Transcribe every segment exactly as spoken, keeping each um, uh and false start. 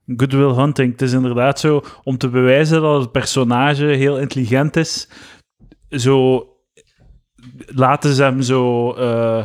Good Will Hunting. Het is inderdaad zo, om te bewijzen dat het personage heel intelligent is, zo laten ze hem zo... Uh,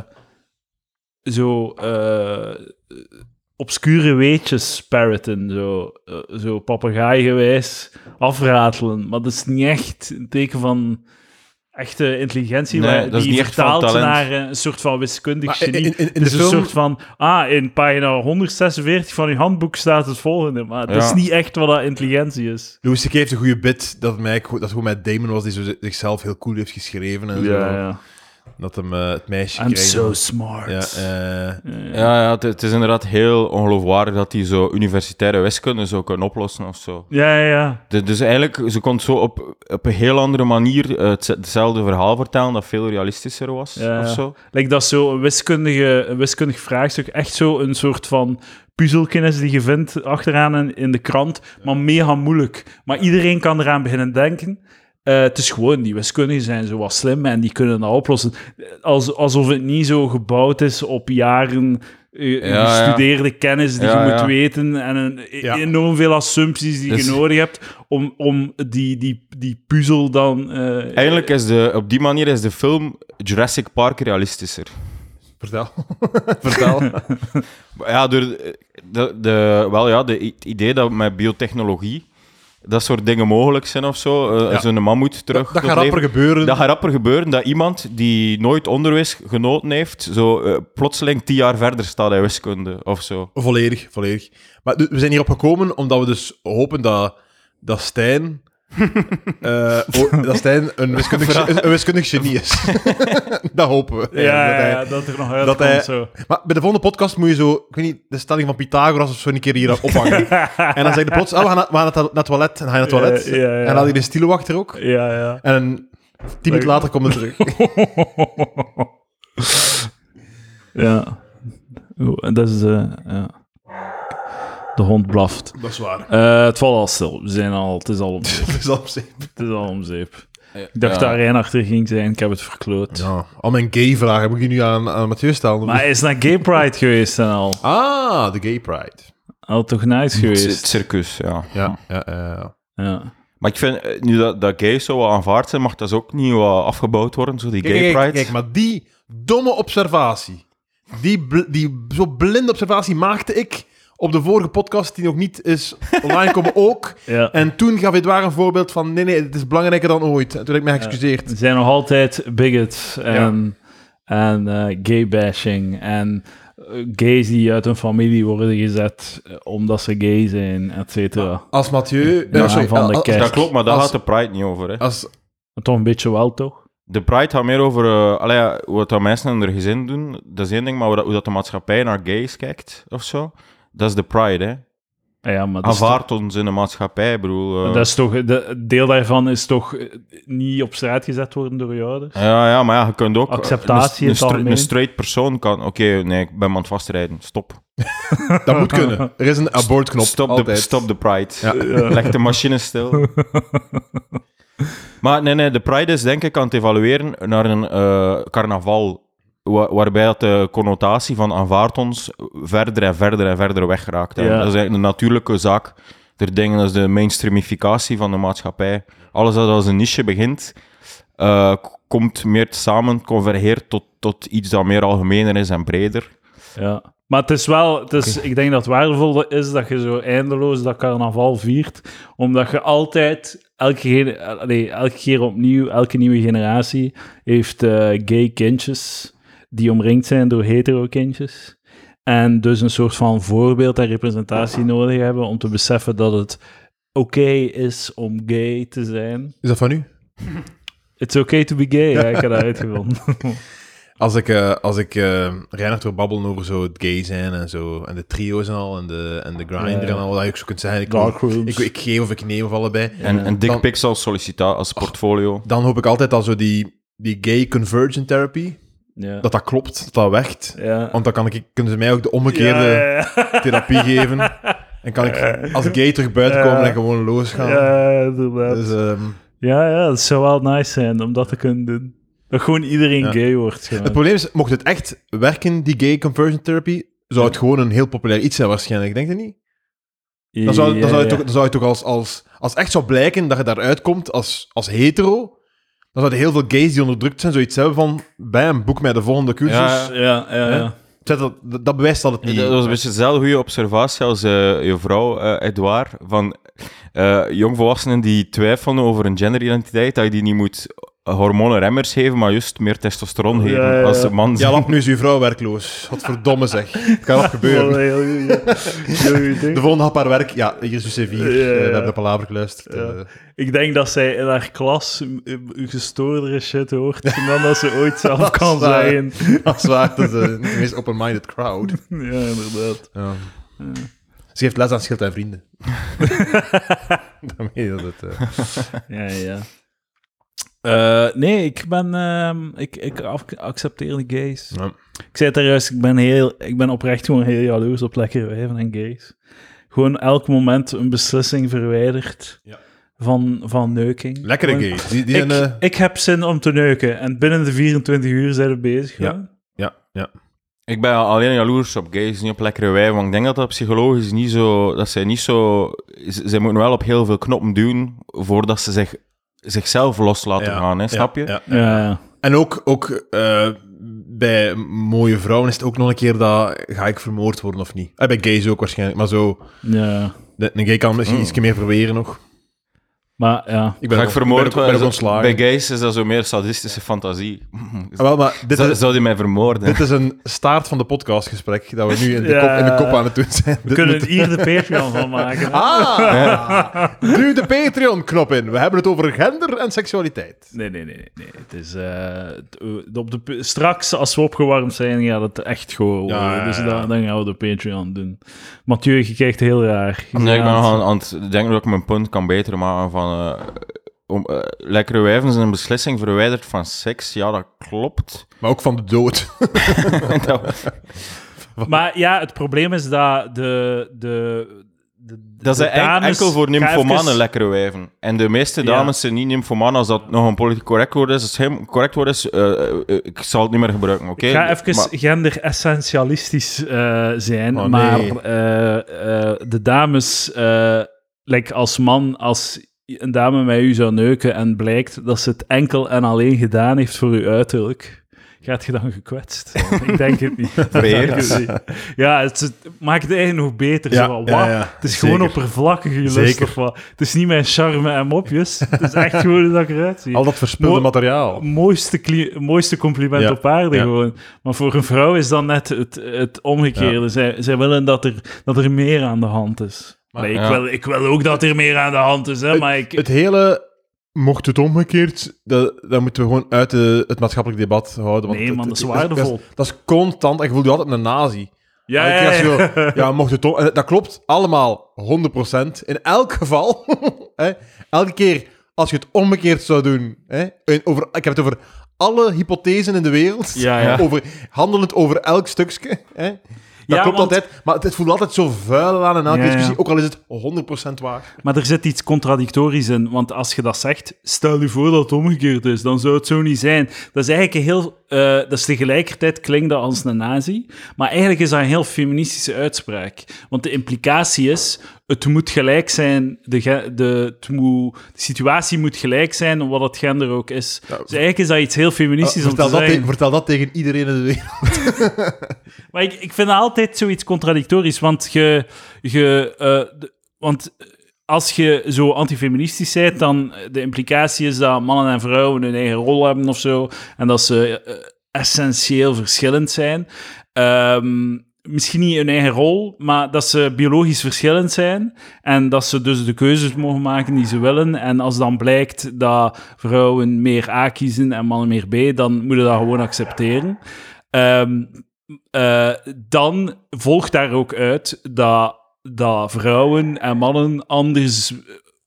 zo... Uh, obscure weetjes parroten, zo, uh, zo papegaaigewijs afratelen. Maar dat is niet echt een teken van echte intelligentie, nee, waar, dat is die niet vertaalt echt van naar een soort van wiskundig maar genie. in, in, in het is de een film... soort van, ah, in pagina honderdzesenveertig van uw handboek staat het volgende, maar dat ja. is niet echt wat dat intelligentie is. Louis C K heeft een goede bit dat het, mij, dat het gewoon met Damon was, die zo zichzelf heel cool heeft geschreven en zo. Ja, ja. Dat hem uh, het meisje I'm krijgt. so smart. Ja, uh, ja, ja, ja het, het is inderdaad heel ongeloofwaardig dat hij zo universitaire wiskunde zou kunnen oplossen of zo. ja, ja. ja. De, dus eigenlijk, ze kon zo op, op een heel andere manier uh, het, hetzelfde verhaal vertellen dat veel realistischer was, Ja, of ja. zo. Like dat zo een, wiskundige, een wiskundig vraagstuk, echt zo een soort van puzzelkennis die je vindt achteraan in, in de krant, maar mega moeilijk. Maar iedereen kan eraan beginnen denken. Uh, het is gewoon, die wiskundigen zijn zo wat slim en die kunnen dat oplossen. Als, alsof het niet zo gebouwd is op jaren uh, Ja, gestudeerde ja. kennis die Ja, je moet ja. weten en een, Ja. enorm veel assumpties die Dus- je nodig hebt om, om die, die, die puzzel dan... Uh, Eigenlijk is de, op die manier is de film Jurassic Park realistischer. vertel. vertel. Ja, door de, de, de- wel ja, de, het idee dat met biotechnologie dat soort dingen mogelijk zijn of zo, uh, Ja. zo'n mammoet terug Dat tot gaat rapper leven. gebeuren. Dat gaat rapper gebeuren dat iemand die nooit onderwijs genoten heeft, zo uh, plotseling tien jaar verder staat in wiskunde of zo. Volledig, volledig. Maar we zijn hierop gekomen omdat we dus hopen dat, dat Stijn... uh, o- dat Stijn een wiskundig, een wiskundig genie is. Dat hopen we. ja, dat ja, hij- ja, dat er nog uit dat komt, hij- zo. Maar bij de volgende podcast moet je zo, ik weet niet, de stelling van Pythagoras of zo een keer hier ophangen. En dan zeg je plots, oh, we gaan naar, we gaan naar het toilet. En dan ga je naar het toilet. Ja, ja, ja. En dan had je de stilo achter ook. Ja, ja. En tien minuten later komt het terug. ja. Oeh, dat is... Uh, ja. De hond blaft. Dat is waar. Uh, het valt al stil. We zijn al... Het is al om zeep. Dat is al op zich. Het is al om zeep. Ja. Ik dacht dat Reinhard er ging zijn. Ik heb het verkloot. Ja, al mijn gay-vragen moet je nu aan, aan Mathieu stellen. Maar hij is naar Gay Pride geweest en al. Ah, de gay pride. Al toch nice Het, het geweest. circus, ja. Ja, ja, ja. Ja. Maar ik vind, eh, nu dat, dat gays zo wat aanvaard zijn, mag dat dus ook niet wat afgebouwd worden, zo die Kijk, gay kijk, pride. kijk, maar die domme observatie, die, bl- die zo blinde observatie maakte ik op de vorige podcast, die nog niet is online komen ook. Ja. En toen gaf Edouard een voorbeeld van, nee, nee, het is belangrijker dan ooit. En toen heb ik me excuseerd. Er zijn nog altijd bigots en, en uh, gay-bashing en uh, gays die uit hun familie worden gezet uh, omdat ze gay zijn, et cetera. Als Mathieu... Ja, eh, sorry, van de als- kerk. Dat klopt, maar daar Als- gaat de pride niet over. Hè. als, Maar toch een beetje wel, toch? De pride gaat meer over uh, allee, ja, hoe dat mensen in hun gezin doen. Dat is één ding, maar hoe dat, hoe dat de maatschappij naar gays kijkt of zo. Dat is de pride, hè. Ja, maar dat is Aanvaardt ons in de maatschappij, broer. uh. Dat is toch, de, het deel daarvan is toch eh, niet op straat gezet worden door je ouders? Ja, ja, maar ja, je kunt ook... uh, Acceptatie Een, in een, het stra- algemeen. een straight persoon kan... Oké, nee, ik ben aan het vastrijden. Stop. dat moet kunnen. Er is een abortknop. Stop de, altijd. stop de pride. Ja. Leg de machine stil. Maar nee, nee, de pride is denk ik aan het evalueren naar een eh, carnaval, wa- waarbij dat de connotatie van aanvaard ons verder en verder en verder wegraakt. hè. Ja. Dat is eigenlijk een natuurlijke zaak. Er dingen als de mainstreamificatie van de maatschappij. Alles dat als een niche begint, eh, k- komt meer samen, convergeert tot, tot iets dat meer algemener is en breder. Ja. Maar het is wel, het is, ik denk dat het waardevol is dat je zo eindeloos dat carnaval viert, omdat je altijd, elke, gene- allee, elke keer opnieuw, elke nieuwe generatie heeft eh, gay kindjes die omringd zijn door hetero kindjes. En dus een soort van voorbeeld en representatie nodig hebben om te beseffen dat het oké is om gay te zijn. Is dat van u? It's okay to be gay, ja, ik heb dat uitgevonden. Als ik, uh, als ik uh, Reinhard wil babbelen over zo het gay zijn en zo, en de trio's en al, en de, en de grinder Ja, ja. en al, dat je ook zo kunt zeggen, ik, Dark wil- rooms. ik, ik geef of ik neem of allebei. En, en Dan- dick pics als sollicitaat, als portfolio. Dan hoop ik altijd dat zo die, die gay conversion therapy, Ja. dat dat klopt, dat dat werkt. ja. Want dan kan ik, kunnen ze mij ook de omgekeerde Ja, ja, ja. therapie geven. En kan ik als gay terug buiten komen Ja. en gewoon losgaan. Ja, inderdaad. Dus, ehm, Ja, ja, het zou wel nice zijn om dat te kunnen doen. Dat gewoon iedereen Ja. gay wordt. Gewoon. het probleem is, mocht het echt werken, die gay conversion therapy, zou het gewoon een heel populair iets zijn waarschijnlijk. Denk je niet? Dan zou, dan Ja, zou je ja. toch, dan zou je toch als, als... Als echt zou blijken dat je daaruit komt als, als hetero, dan zouden heel veel gays die onderdrukt zijn zoiets hebben van... Bam, boek mij de volgende cursus. Ja, Ja, ja, ja. Zet Dat, dat, dat bewijst dat het niet... Dat was een beetje dezelfde goede observatie als uh, je vrouw, uh, Edouard. Van uh, jongvolwassenen die twijfelen over een genderidentiteit, dat je die niet moet hormonenremmers geven, maar juist meer testosteron geven Ja, ja, ja. als een man. Ja, lap, nu is uw vrouw werkloos. Wat verdomme zeg. Het kan nog gebeuren. De volgende had haar werk... Ja, hier is uw C vier. Ja, ja, ja. Uh, we hebben de palaver geluisterd. Ja. Uh, Ik denk dat zij in haar klas uh, gestoordere shit hoort dan dat ze ooit zelf kan Dat is waar. zijn. dat is waar. Dat is uh, de meest open-minded crowd. Ja, inderdaad. Ja. Ja. Ze geeft les aan Schild en Vrienden. Dan weet je dat het... Uh... Ja, ja. Uh, nee, ik ben... Uh, ik, ik af- accepteer de gays. Ja. Ik zei het daar juist, ik ben, heel, ik ben oprecht gewoon heel jaloers op lekkere wijven en gays. Gewoon elk moment een beslissing verwijderd Ja. van, van neuking. Lekkere Gewoon, gays. Die, die Ik, zijn, uh... ik heb zin om te neuken en binnen de vierentwintig uur zijn we bezig. Ja. Ja. Ja, ja. Ik ben alleen jaloers op gays, niet op lekkere wijven, want ik denk dat dat psychologisch niet zo... Dat zij niet zo... z- Zij moeten wel op heel veel knoppen duwen voordat ze zich, zichzelf los laten Ja, gaan, hè, snap je? Ja, ja. Ja. En ook, ook uh, bij mooie vrouwen is het ook nog een keer dat... Ga ik vermoord worden of niet? Uh, bij gays ook waarschijnlijk, maar zo... Ja. De, een gay kan misschien Mm. iets meer verweren nog. Maar ja. Ik ben Ga ook- ik vermoord ben ook, ben ook worden? ontslagen. Bij gays is dat zo meer sadistische fantasie. Ah, wel, maar dit Zou, is, zou die mij vermoorden? dit is een staart van de podcastgesprek dat we nu in de, Ja. kop, in de kop aan het doen zijn. We kunnen er hier de Patreon van maken. hè? Ah! Nu de Patreon-knop in. We hebben het over gender en seksualiteit. Nee, nee, nee. nee, nee. Het is, eh, het- eh, op de, p- straks, als we opgewarmd zijn, gaat het echt goed. Ja, ja, ja. Dus dan, dan gaan we de Patreon doen. Mathieu, je kijkt heel raar. Je Nee, ik ben bent nog aan aan, aan het denken dat ik mijn punt kan beter maken van... eh, om, eh, lekkere wijven zijn een beslissing verwijderd van seks. Ja, dat klopt. Maar ook van de dood. dat, Maar ja, het probleem is dat de... de, de dat de is en- dames- enkel voor Ga nymphomanen even- lekkere wijven. En de meeste Ja. dames zijn niet nymphomanen als dat nog een politiek correct woord is. Als het geen correct woord is, eh, eh, ik zal het niet meer gebruiken, oké? Ik ga even Maar- gender-essentialistisch eh, zijn, Oh, maar nee. eh, eh, de dames, eh, like als man, als een dame met u zou neuken en blijkt dat ze het enkel en alleen gedaan heeft voor uw uiterlijk, gaat je dan gekwetst? Ik denk het niet. Vereerd. Ik denk het niet. Ja, het, is- het maakt het eigenlijk nog beter. Ja, zo van, ja, wat? ja, Het is zeker. gewoon oppervlakkige lust Zeker. of wat. Het is niet mijn charme en mopjes. Het is echt gewoon hoe dat ik eruit zie. Al dat verspilde Mo- materiaal. Mooiste, kli- mooiste compliment Ja, op aarde ja. gewoon. Maar voor een vrouw is dan net het, het omgekeerde. Zij, zij willen dat er, dat er meer aan de hand is. Maar ik, ja. wil, ik wil ook dat er meer aan de hand is, hè, maar ik... Het hele... Mocht het omgekeerd, dat, dat moeten we gewoon uit de, het maatschappelijk debat houden. Want Nee, het- man, het- dat is het- waardevol. Dat, is- dat is constant. En je voelt je altijd een nazi. ja, Elke ja, keer als je ja. zo- ja, mocht het om... en dat klopt allemaal honderd procent. In elk geval. hè, elke keer als je het omgekeerd zou doen. Hè, en over, ik heb het over alle hypothesen in de wereld. Ja, ja. Over, handelend over elk stukje. Hè. Dat Ja, klopt want- altijd. Maar het, het voelt altijd zo vuil aan in elke Ja, ja. discussie. Ook al is het honderd procent waar. Maar er zit iets contradictorisch in, want als je dat zegt, stel je voor dat het omgekeerd is, dan zou het zo niet zijn. Dat is eigenlijk een heel... eh, dat is tegelijkertijd klinkt dat als een nazi, maar eigenlijk is dat een heel feministische uitspraak. Want de implicatie is, het moet gelijk zijn, de, ge- de, het moet, de situatie moet gelijk zijn, wat het gender ook is. Dus eigenlijk is dat iets heel feministisch Uh, om te vertel, dat zeggen. te- vertel dat tegen iedereen in de wereld. Maar ik, ik vind dat altijd zoiets contradictorisch, want je... je eh, de- want als je zo antifeministisch bent, dan de implicatie is dat mannen en vrouwen hun eigen rol hebben of zo, en dat ze eh, essentieel verschillend zijn. Ehm, misschien niet hun eigen rol, maar dat ze biologisch verschillend zijn en dat ze dus de keuzes mogen maken die ze willen. En als dan blijkt dat vrouwen meer A kiezen en mannen meer B, dan moet je dat gewoon accepteren. Ehm, eh, dan volgt daar ook uit dat, dat vrouwen en mannen anders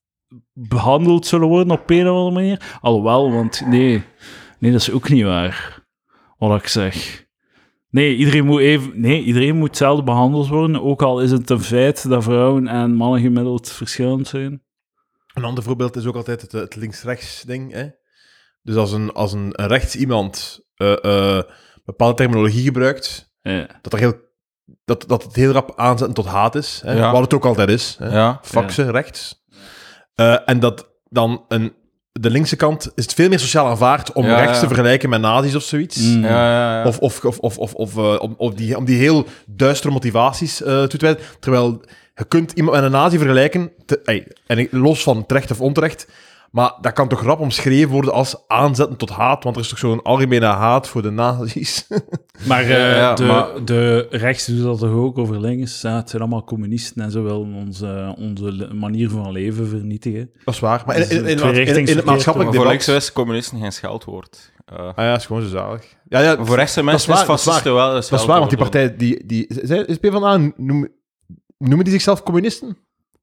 behandeld zullen worden op een of andere manier. Alhoewel, want nee, nee, dat is ook niet waar, wat ik zeg. Nee, iedereen moet, even, nee, iedereen moet hetzelfde behandeld worden, ook al is het een feit dat vrouwen en mannen gemiddeld verschillend zijn. Een ander voorbeeld is ook altijd het, het links-rechts ding. Hè? Dus als een, als een, een rechts iemand eh, eh, bepaalde terminologie gebruikt, Ja. dat er heel dat, dat het heel rap aanzetten tot haat is. Hè? Ja. Wat het ook altijd is. Hè? Ja. Faxen, rechts. Uh, en dat dan een, de linkse kant is het veel meer sociaal aanvaard om Ja, rechts ja. te vergelijken met nazi's of zoiets. Mm. Ja, ja, ja. Of, of, of, of, of, of uh, om, om, die, om die heel duistere motivaties uh, toe te wijden. Terwijl je kunt iemand met een nazi vergelijken, te, ey, en ik- los van terecht of onterecht, maar dat kan toch rap omschreven worden als aanzetten tot haat, want er is toch zo'n algemene haat voor de nazi's. Maar, uh, Ja, ja, de, maar- de rechts doet dat toch ook over links? Ja, het zijn allemaal communisten en zo willen onze, onze le- manier van leven vernietigen. Dat is waar. Maar in, Dat is in, in, in, tweerichtingsverkeer, in het maatschappelijk Maar voor debat... links is communisten geen scheldwoord. Uh, Ah ja, is gewoon zo zalig. Ja, ja, maar voor rechtse dat is mensen is, waar, dat is fascisten wel een dat is waar, want die scheldwoord. partij, die, die, zij- is PvdA, noem, noemen die zichzelf communisten?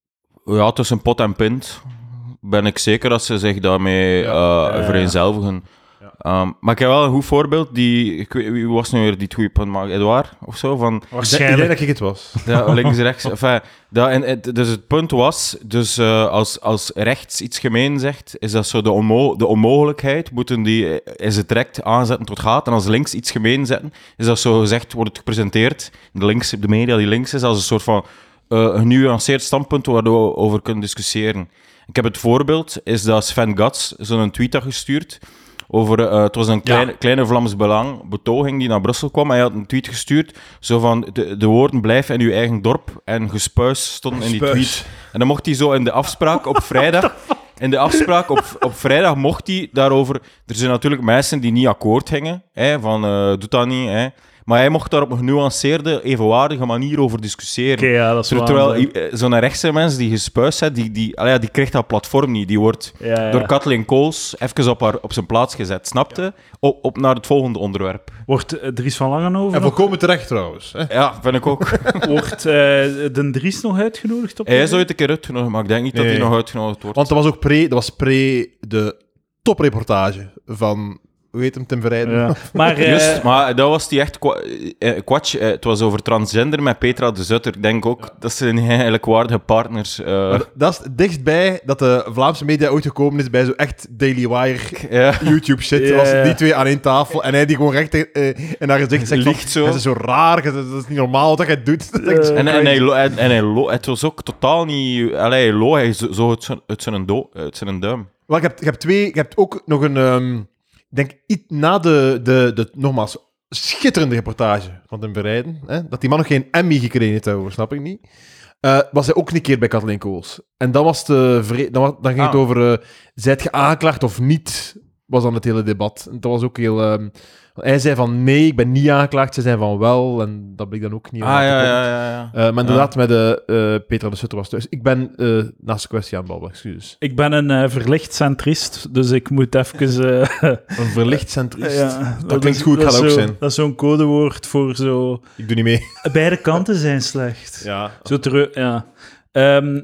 Ja, tussen pot en pint ben ik zeker dat ze zich daarmee Ja. eh, Ja, ja. vereenzelvigen. Ja. Ehm, maar ik heb wel een goed voorbeeld. Die, ik weet, wie was nu weer die goede punt maken? Edouard of zo? Van, Ik denk Waarschijnlijk. dat ik het was. ja, links, rechts. Enfin, dat, en, het- dus het punt was, dus eh, als, als rechts iets gemeen zegt, is dat zo de, onmo de onmogelijkheid, moeten die, eh, is het direct aanzetten tot haat. En als links iets gemeen zetten, is dat zo gezegd, wordt het gepresenteerd, de, links, de media die links is, als een soort van uh, genuanceerd standpunt waar we over kunnen discussiëren. Ik heb het voorbeeld, is dat Sven Gats zo'n tweet had gestuurd over, uh, het was een kleine, Ja. kleine Vlaams Belang betoging die naar Brussel kwam. Hij had een tweet gestuurd, zo van, de, de woorden blijven in uw eigen dorp en gespuis stonden in die Spuis. tweet. En dan mocht hij zo in de afspraak op vrijdag, in de afspraak op, op vrijdag mocht hij daarover, er zijn natuurlijk mensen die niet akkoord gingen, hè, van, uh, doe dat niet, hè. Maar hij mocht daar op een genuanceerde, evenwaardige manier over discussiëren. Oké, ja, dat is waar. Terwijl i- eh, zo'n rechtse mens die gespuist heeft, die, die, allee, ja, die krijgt dat platform niet. Die wordt Ja, ja. door Kathleen Kools even op, haar, op zijn plaats gezet, snapte? Op, op naar het volgende onderwerp. Wordt uh, Dries van Langenhoven En nog, volkomen terecht trouwens. Hè? Ja, vind ik ook. wordt uh, de Dries nog uitgenodigd op Hij is de- ooit een keer uitgenodigd, maar ik denk niet dat Nee. hij nog uitgenodigd wordt. Want dat was ook pre, dat was pre de topreportage van, hoe heet hem, Tim Verheijden? Ja. Maar, uh, Juist, maar dat was die echt kwa- eh, kwatsch. Eh, Het was over transgender met Petra de Zutter. Ik denk ook dat ze een eigenlijk waardige partners. eh, Maar dat is dichtbij dat de Vlaamse media ooit gekomen is bij zo echt Daily Wire ja. YouTube shit. Ja, Als ja. die twee aan één tafel en hij die gewoon recht uh, in haar gezicht zegt van, Liegt zo. dat is zo raar, dat is dat is niet normaal wat hij doet. Dat is zo En, en, crazy. hij, lo- en, en hij lo- het was ook totaal niet. Allee, hij lo, hij zo, zo uit zijn, uit zijn, do, uit zijn duim. Wel, je hebt, je hebt twee, je hebt ook nog een, ehm, ik denk, iets na de, de, de, nogmaals, schitterende reportage van Tim Verheijden, hè, dat die man nog geen Emmy gekregen heeft, daarover, snap ik niet. Eh, was hij ook een keer bij Kathleen Kools. En dan, was de vre- dan, wa- dan ging het Ah. over, uh, zijt je aangeklaagd of niet, was dan het hele debat. En dat was ook heel... ehm, hij zei van, nee, ik ben niet aangeklaagd. Ze zei van, wel. En dat bleek dan ook niet. Ah, uit te ja, komen. ja, ja. ja. Eh, maar inderdaad, met de, eh, Petra de Sutter was thuis. Ik ben eh, naast de kwestie aan het babbelen, excuses. ik ben een uh, verlicht centrist, dus ik moet even... Uh, Een verlicht centrist. ja, dat klinkt goed, dat gaat is ook zo- zijn. Dat is zo'n codewoord voor zo... Ik doe niet mee. Beide kanten zijn slecht. Ja. Zo terug, ja. Ehm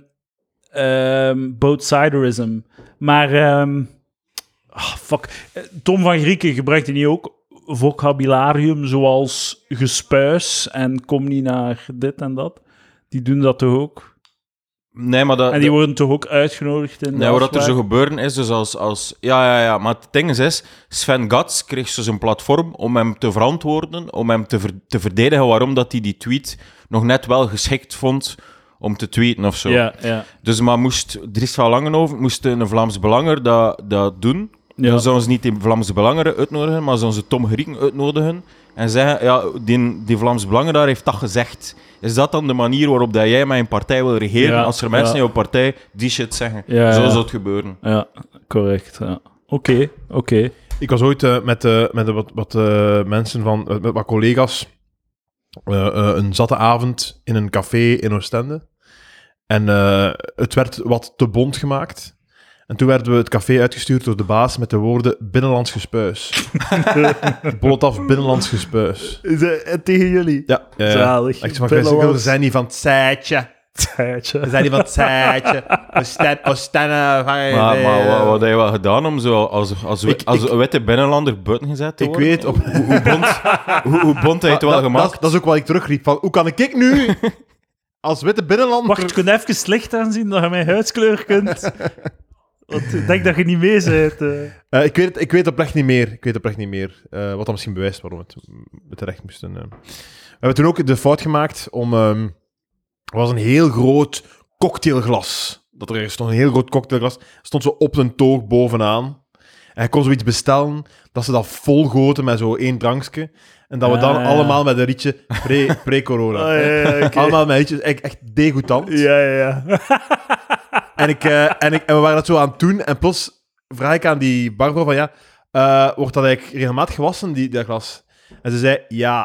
ehm both-siderism. Maar, ehm ah, fuck. Eh, Tom van Grieken gebruikt hij niet ook vocabularium zoals gespuis en kom niet naar dit en dat? Die doen dat toch ook? Nee, maar dat. En die worden toch ook uitgenodigd in de Nee, wat er zo afspraak? gebeuren is, dus als, als... Ja, ja, ja, maar het ding is, is Sven Gats kreeg zo zijn platform om hem te verantwoorden, om hem te, ver, te verdedigen waarom dat hij die tweet nog net wel geschikt vond om te tweeten of zo. Ja, ja. Dus maar moest Dries van Langenhoven, moest een Vlaams Belanger dat, dat doen, Ja. dan zouden ze niet die Vlaamse Belangeren uitnodigen, maar zouden ze Tom Grieken uitnodigen en zeggen, ja, die, die Vlaams Belanger daar heeft dat gezegd. Is dat dan de manier waarop dat jij met een partij wil regeren, Ja, als er mensen ja. in jouw partij die shit zeggen? Ja, Zo ja. zou het gebeuren. Ja, correct. Ja. Oké, oké. Ik was ooit eh, met, eh, met wat, wat eh, mensen van, eh, met wat collega's, eh, eh, een zatte avond in een café in Oostende. En eh, het werd wat te bont gemaakt. En toen werden we het café uitgestuurd door de baas met de woorden binnenlands gespuis. Bollet af, binnenlands gespuis. Tegen jullie? Ja, ja, ja. Zalig. Echt zo van, we we zijn niet van het zijtje. Tijdje. We zijn niet van het zijtje. We staan, we staan, uh, Maar, maar wat, wat heb je wel gedaan om zo als, als, Ik- als ik- een witte binnenlander buiten gezet te Ik worden? weet, op, Hoe, hoe bond, hoe, hoe bond hij het wel dat, gemaakt? dat, dat is ook wat ik terugriep. Van, hoe kan ik nu, als witte binnenlander... Wacht, kun je even licht aanzien dat je mijn huidskleur kunt? Want ik denk dat je niet mee bent. Uh. Uh, ik, weet het, ik weet oprecht niet meer. Ik weet oprecht niet meer. Uh, wat dan misschien bewijst waarom het, het terecht moesten. Uh. We hebben toen ook de fout gemaakt om... Um, er was een heel groot cocktailglas. Dat er stond een heel groot cocktailglas. Stond zo op een toog bovenaan. En je kon zoiets bestellen, dat ze dat volgoten met zo één drankje. En dat we dan ja, ja. allemaal met een rietje pre, pre-corona. Oh, ja, ja, okay. Allemaal met rietjes, echt, echt degoutant. Ja, ja, ja. En, ik, uh, en, ik, en we waren dat zo aan het doen. En plots vraag ik aan die barvrouw van, ja, uh, wordt dat eigenlijk regelmatig gewassen, die, dat glas? En ze zei, ja.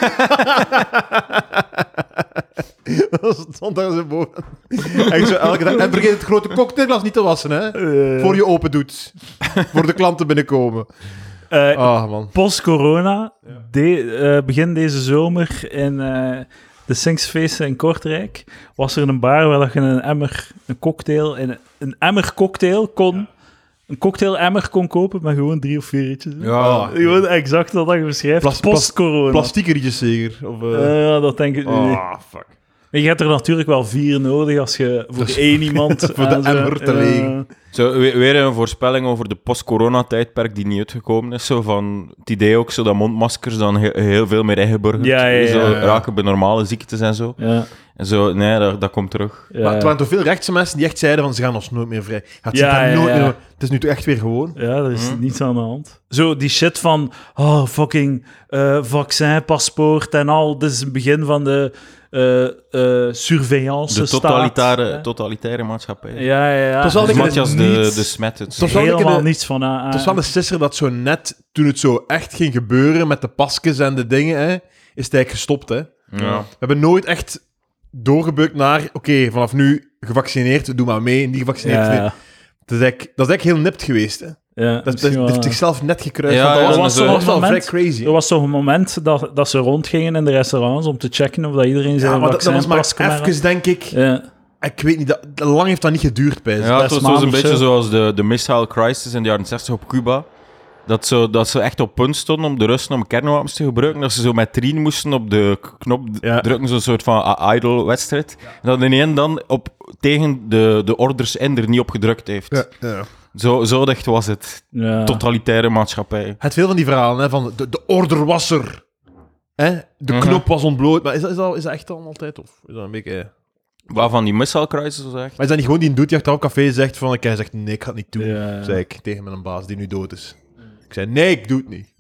Dat stond daar zo boven. En, zo elke dag. En vergeet het grote cocktailglas niet te wassen, hè. Uh. Voor je open doet. Voor de klanten binnenkomen. Uh, oh, man. Post-corona, ja. de, uh, begin deze zomer in uh, de Singsfeesten in Kortrijk, was er een bar waar je een emmer, een cocktail, een, een emmer cocktail kon... Ja. Een cocktail-emmer kon kopen met gewoon drie of vier rietjes. Ja. Gewoon exact wat je beschrijft. Plas, post-corona. Plastieke rietjes zeker? Of, uh... uh, ja, dat denk ik oh, niet. Fuck. Je hebt er natuurlijk wel vier nodig als je voor dus, één iemand... voor de emmer te legen. Uh... Zo, weer een voorspelling over de post-corona-tijdperk die niet uitgekomen is. Zo van, het idee ook zo dat mondmaskers dan heel, heel veel meer ingeburgerd ja, ja, ja, zo ja. raken bij normale ziektes en zo. Ja. En zo, nee, dat, dat komt terug. Ja. Maar het waren toch veel rechtse mensen die echt zeiden van, ze gaan ons nooit meer vrij. Het, ja, ja, nooit ja. meer, het is nu toch echt weer gewoon. Ja, er is hm. niets aan de hand. Zo, die shit van, oh, fucking uh, vaccinpaspoort en al. Dit is het begin van de uh, uh, surveillance De totalitaire, staat, totalitaire maatschappij. Ja, ja, ja. Dus Matthias de, de Smet. Het is helemaal de, niets van... Uh, het was wel de sisser dat zo net, toen het zo echt ging gebeuren met de pasjes en de dingen, hè, is het eigenlijk gestopt, hè. Ja. We hebben nooit echt doorgebukt naar, oké, okay, vanaf nu gevaccineerd, doe maar mee, niet gevaccineerd. Ja, ja. Dat, is eigenlijk, dat is eigenlijk heel nipt geweest, hè. Ja, dat, dat heeft zichzelf net gekruist. Ja, dat ja, was, was, dat was wel moment, vrij crazy. Er was toch een moment dat, dat ze rondgingen in de restaurants om te checken of dat iedereen zijn ja, maar dat, dat was maar even, had. denk ik... Ja. Ik weet niet, dat, lang heeft dat niet geduurd bij ze. Ja, het was, was een beetje zo. zoals de, de missile crisis in de jaren zestig op Cuba. Dat, zo, dat ze echt op punt stonden om de Russen om kernwapens te gebruiken. Dat ze zo met trien moesten op de knop ja. drukken, zo'n soort van idle-wedstrijd. Ja. En dat ineens dan op, tegen de, de orders in er niet op gedrukt heeft. Ja, ja. Zo, zo dicht was het. Ja. Totalitaire maatschappij. Het veel van die verhalen, hè, van de, de order was er. Hè? De uh-huh. knop was ontbloot. Maar is dat, is, dat, is dat echt dan altijd? Of is dat een beetje... Waarvan die missile crisis was echt? Maar is dat niet gewoon die een dude die achter op café zegt van... Ik zegt, nee, ik ga het niet doen. Ja. Zei ik tegen mijn baas die nu dood is. Ik zei, nee, ik doe het niet.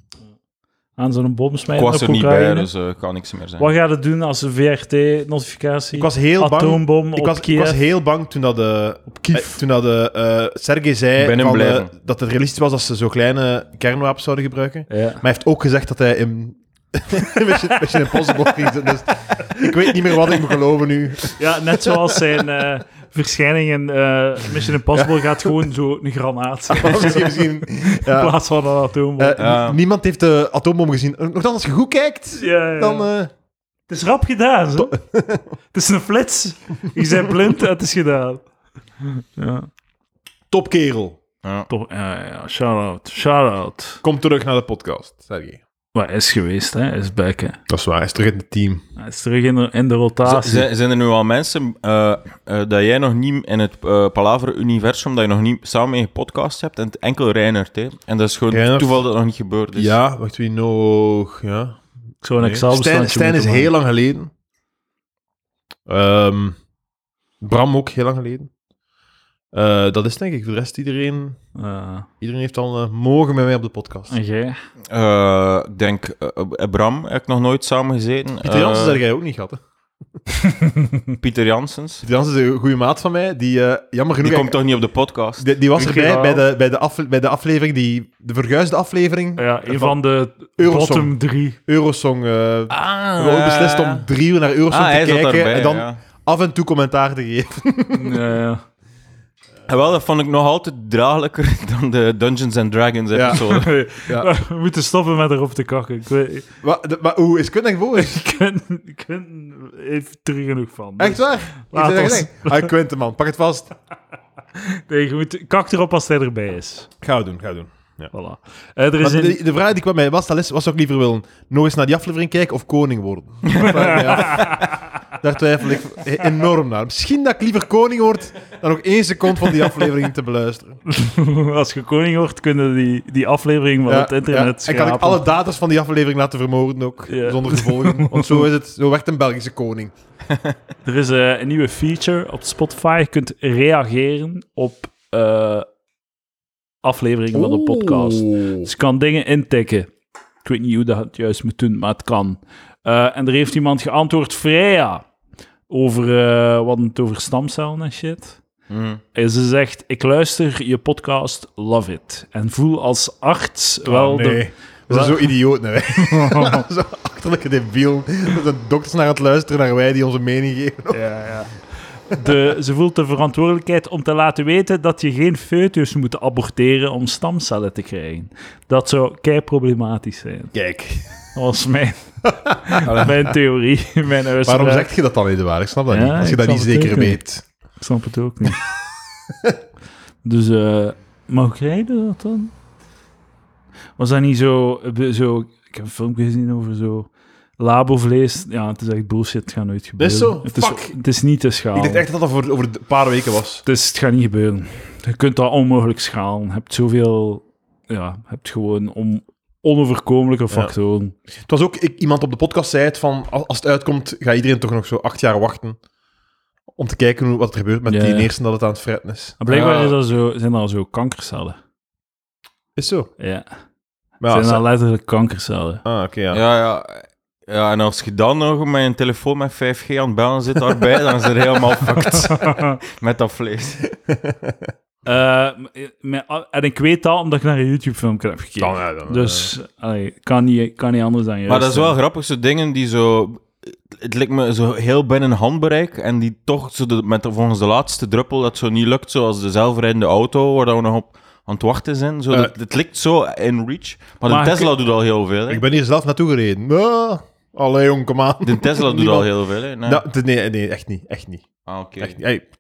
Aan zo'n bom smijten. Ik was er niet bij, dus ik uh, kan niks meer zeggen. Wat gaat het doen als een V R T-notificatie? Ik was heel atoombom bang. Ik was, ik was heel bang toen dat de, op Kiev. Eh, toen dat de uh, Sergej zei van, uh, dat het realistisch was dat ze zo kleine kernwapens zouden gebruiken. Ja. Maar hij heeft ook gezegd dat hij in Mission, Mission Impossible ging. Dus ik weet niet meer wat ik moet geloven nu. Ja, net zoals zijn uh, verschijning in uh, Mission Impossible ja. gaat gewoon zo een granaat zijn. misschien, misschien, ja. In plaats van een atoombom. Uh, ja. Niemand heeft de atoombom gezien. Nochtans, als je goed kijkt, ja, ja. dan... Uh... Het is rap gedaan, zo. Het is een flits. Je bent blind, het is gedaan. Ja. Top kerel. Ja. Top, ja, ja. Shout-out. Shout-out. Kom terug naar de podcast, Sergej. Maar hij is geweest, hè? Hij is back, hè? Dat is waar, hij is terug in het team. Hij is terug in de, in de rotatie. Z- zijn er nu al mensen uh, uh, dat jij nog niet in het uh, Palaver-universum, dat je nog niet samen mee gepodcast hebt, en het enkel Reinhard, hè? En dat is gewoon Reinhard. toeval dat het nog niet gebeurd is. Ja, wacht, wie nog... Ja. Ik zou een Nee. Excel-bestandje Stijn, Stijn is moeten heel lang geleden. Um, Bram ook heel lang geleden. Uh, dat is denk ik. Voor de rest iedereen... Uh, iedereen heeft al uh, mogen met mij op de podcast. en jij? Uh, ik denk, uh, Bram heb ik nog nooit samen gezeten. Pieter Janssens uh, heb jij ook niet gehad, hè? Pieter Janssens. Pieter Janssens is een goede maat van mij. Die, uh, jammer genoeg... Die komt toch niet op de podcast? Die, die was Ik erbij bij de, bij, de afle- bij de aflevering, die, de verguisde aflevering. Ja, een van, van de Eurosong. bottom drie. Eurosong. Uh, Ah, we hebben ooit beslist om drie uur naar Eurosong ah, te hij zat kijken daarbij, en dan ja. af en toe commentaar te geven. Ja, ja. En wel, dat vond ik nog altijd draaglijker dan de Dungeons and Dragons episode. Ja. We moeten stoppen met erop te kakken. Ik weet, maar, de, maar hoe is Quint voor? ik ben, ik ben even terug genoeg van. Echt waar? Laat Ik zeg, ons- zeg. Ah, Quint, man. Pak het vast. Nee, je moet kak erop als hij erbij is. Ga het doen, ga het doen. Ja. Voilà. Uh, er is Maar een... de, de vraag die ik bij mij was, dat is, wat zou ik liever willen? Nog eens naar die aflevering kijken of koning worden? Daar twijfel ik enorm naar. Misschien dat ik liever koning word dan nog één seconde van die aflevering te beluisteren. Als je koning wordt, kunnen die, die aflevering van Ja, het internet ja. En schrapen. kan ik alle data's van die aflevering laten vermoorden ook, Ja. zonder gevolgen. Want zo is het. Zo werkt een Belgische koning. Er is uh, een nieuwe feature op Spotify. Je kunt reageren op uh, afleveringen van de podcast. Dus je kan dingen intikken. Ik weet niet hoe dat het juist moet doen, maar het kan. Uh, en er heeft iemand geantwoord, Freya, over uh, wat het over stamcellen en shit. Mm. En ze zegt, ik luister je podcast, love it. En voel als arts wel... Oh, nee. de... We zijn zo idioot, nee. Zo achterlijke debiel. We zijn dokters naar het luisteren naar wij die onze mening geven. Ja, ja. De, ze voelt de verantwoordelijkheid om te laten weten dat je geen foetus moet aborteren om stamcellen te krijgen. Dat zou kei problematisch zijn. Kijk. Dat was mijn, mijn theorie, mijn uitspraak. Waarom zeg je dat dan, Eduard? Ik snap dat Ja, niet. Als je ik dat niet snap het zeker ook weet. Ik snap het ook niet. Dus, uh, maar hoe krijg je dat dan? Was dat niet zo, zo... Ik heb een filmpje gezien over zo... Labovlees. Ja, het is echt bullshit. Het gaat nooit gebeuren. Dat is zo? Het is, Fuck. het is niet te schalen. Ik dacht echt dat dat voor, over een paar weken was. Het, is, het gaat niet gebeuren. Je kunt dat onmogelijk schalen. Je hebt zoveel... Ja, je hebt gewoon om, onoverkomelijke factoren. Ja. Het was ook... Ik, iemand op de podcast zei het van... Als het uitkomt, gaat iedereen toch nog zo acht jaar wachten om te kijken hoe, wat er gebeurt met Ja. die eerste dat het aan het fretten is. Maar blijkbaar Ja. is dat zo, zijn dat zo kankercellen. Is zo? Ja. Maar zijn ja, dat ze- letterlijk kankercellen. Ah, oké, ja. Ja, ja. Ja, en als je dan nog met een telefoon met vijf G aan het bellen zit daarbij, dan is het helemaal fucked met dat vlees. Uh, met, en ik weet dat omdat ik naar een YouTube-filmpje heb gekeken. Dan, ja, dan, Dus allee, kan, niet, kan niet anders dan juist. Maar dat is wel zijn. grappig, zo dingen die zo... Het lijkt me zo heel binnen handbereik en die toch zo de, met de, volgens de laatste druppel dat zo niet lukt, zoals de zelfrijdende auto, waar dat we nog op aan het wachten zijn. Zo, Uh, dat, het lijkt zo in reach. Maar, maar de ik- Tesla doet al heel veel. Hè. Ik ben hier zelf naartoe gereden. Ah, allee, jong, kom aan. De Tesla doet Niemand- al heel veel. Hè. Nee. Nou, d- nee, nee, echt niet. Echt niet. Ah, oké. Echt niet. Hey,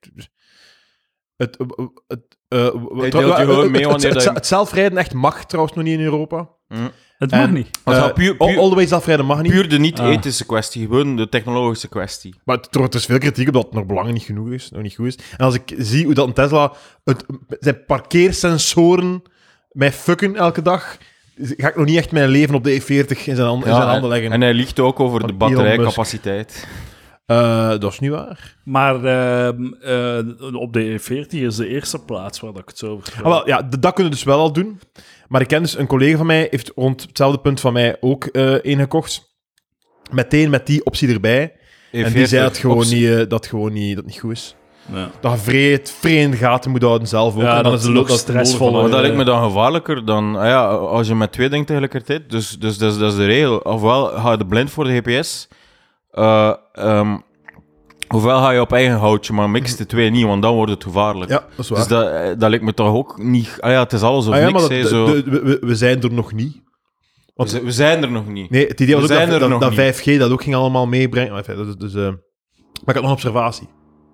het, uh, het, uh, deelt je gewoon mee wanneer het, dat je- het zelfrijden echt mag trouwens nog niet in Europa. Hm. Het mag En- niet. Maar het Uh, gaat puur, all, puur, all the way zelfrijden mag niet. puur de Ah. niet-ethische kwestie, gewoon de technologische kwestie. Maar het, er is veel kritiek op dat het nog belangen niet genoeg is. Nog niet goed is. En als ik zie hoe dat een Tesla... Het, zijn parkeersensoren mij fucken elke dag, ga ik nog niet echt mijn leven op de E veertig in zijn, hand, in zijn handen leggen. En hij liegt ook over Van de Elon batterijcapaciteit. Uh, dat is niet waar. Maar ehm, eh, op de E veertig is de eerste plaats waar dat ik het zo over heb. Ah, wel, ja, d- dat kunnen we dus wel al doen. Maar ik ken dus een collega van mij, heeft rond hetzelfde punt van mij ook uh, een gekocht. Meteen met die optie erbij. En die zei dat gewoon, optie- niet, uh, dat gewoon niet, dat niet goed is. Ja. Dat je vreed, vreemd gaten moet houden zelf ook. Ja, en dan dat is de is nog dat stressvoller. Maar van, dat uh, lijkt me dan gevaarlijker dan ah ja, als je met twee dingen tegelijkertijd. Dus, dus dat, is, dat is de regel. Ofwel ga je blind voor de G P S, uh, um, ofwel ga je op eigen houtje, maar mix de twee niet, want dan wordt het gevaarlijk. Ja, dat is waar. Dus dat, eh, dat lijkt me toch ook niet... Ah ja, het is alles of Ah ja, niks. maar dat- hè, de- zo. de- we, we- we zijn er nog niet. we, Want, zijn- we zijn er nog niet. nee, het idee was we ook zijn dat, er dat, nog dat niet. vijf G dat ook ging allemaal meebrengen. Maar, dus, dus, uh, maar ik had nog een observatie.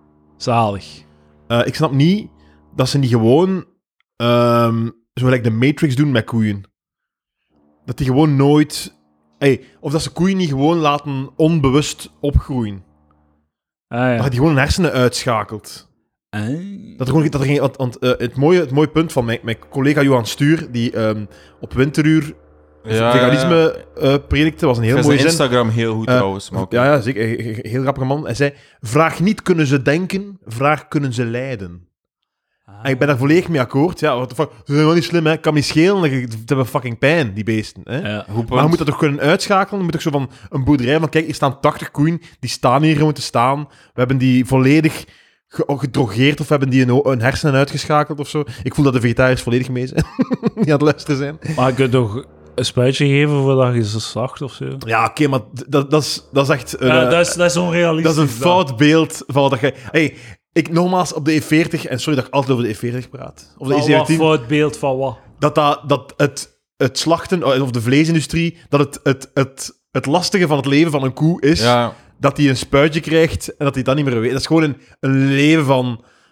Zalig. Uh, ik snap niet dat ze niet gewoon um, zo gelijk de Matrix doen met koeien. Dat die gewoon nooit... Hey, of dat ze koeien niet gewoon laten onbewust opgroeien. Ah, ja. Dat je die gewoon hun hersenen uitschakelt. Ah. Dat er gewoon, dat er geen, want, want, uh, het, mooie, het mooie punt van mijn, mijn collega Johan Stuur, die um, op winteruur Ja, veganisme uh, predikte, was een heel Ik vind mooie zijn zin. Instagram heel goed Uh, trouwens. Maar oké. Ja, ja, zeker. Een he- heel grappige man. Hij zei, vraag niet kunnen ze denken, vraag kunnen ze lijden. En ik ben daar volledig mee akkoord. Ja, what the fuck. Ze zijn wel niet slim, hè. Kan niet schelen. Ze hebben fucking pijn, die beesten. Hè. Ja. Goed Maar je moet punt. dat toch kunnen uitschakelen? Je moet toch zo van een boerderij van, kijk, hier staan tachtig koeien, die staan hier moeten staan. We hebben die volledig ge- gedrogeerd of we hebben die een, een hersenen uitgeschakeld of zo. Ik voel dat de vegetariërs volledig mee zijn. Die aan het luisteren zijn. Maar je kunt toch een spuitje geven voordat je ze slacht of zo? Ja, oké, maar d- dat, dat, is, dat is echt... Een, Ja, eh, dat, is, dat is onrealistisch. dat is een fout beeld van wat dat je... Hey, ik nogmaals op de E veertig, en sorry dat ik altijd over de E veertig praat, of de E Van wat zeventien, fout beeld van wat? dat, dat, dat het, het slachten, of de vleesindustrie, dat het, het, het, het lastige van het leven van een koe is, Ja, dat hij een spuitje krijgt en dat hij dat niet meer weet. Dat is gewoon een, een leven van,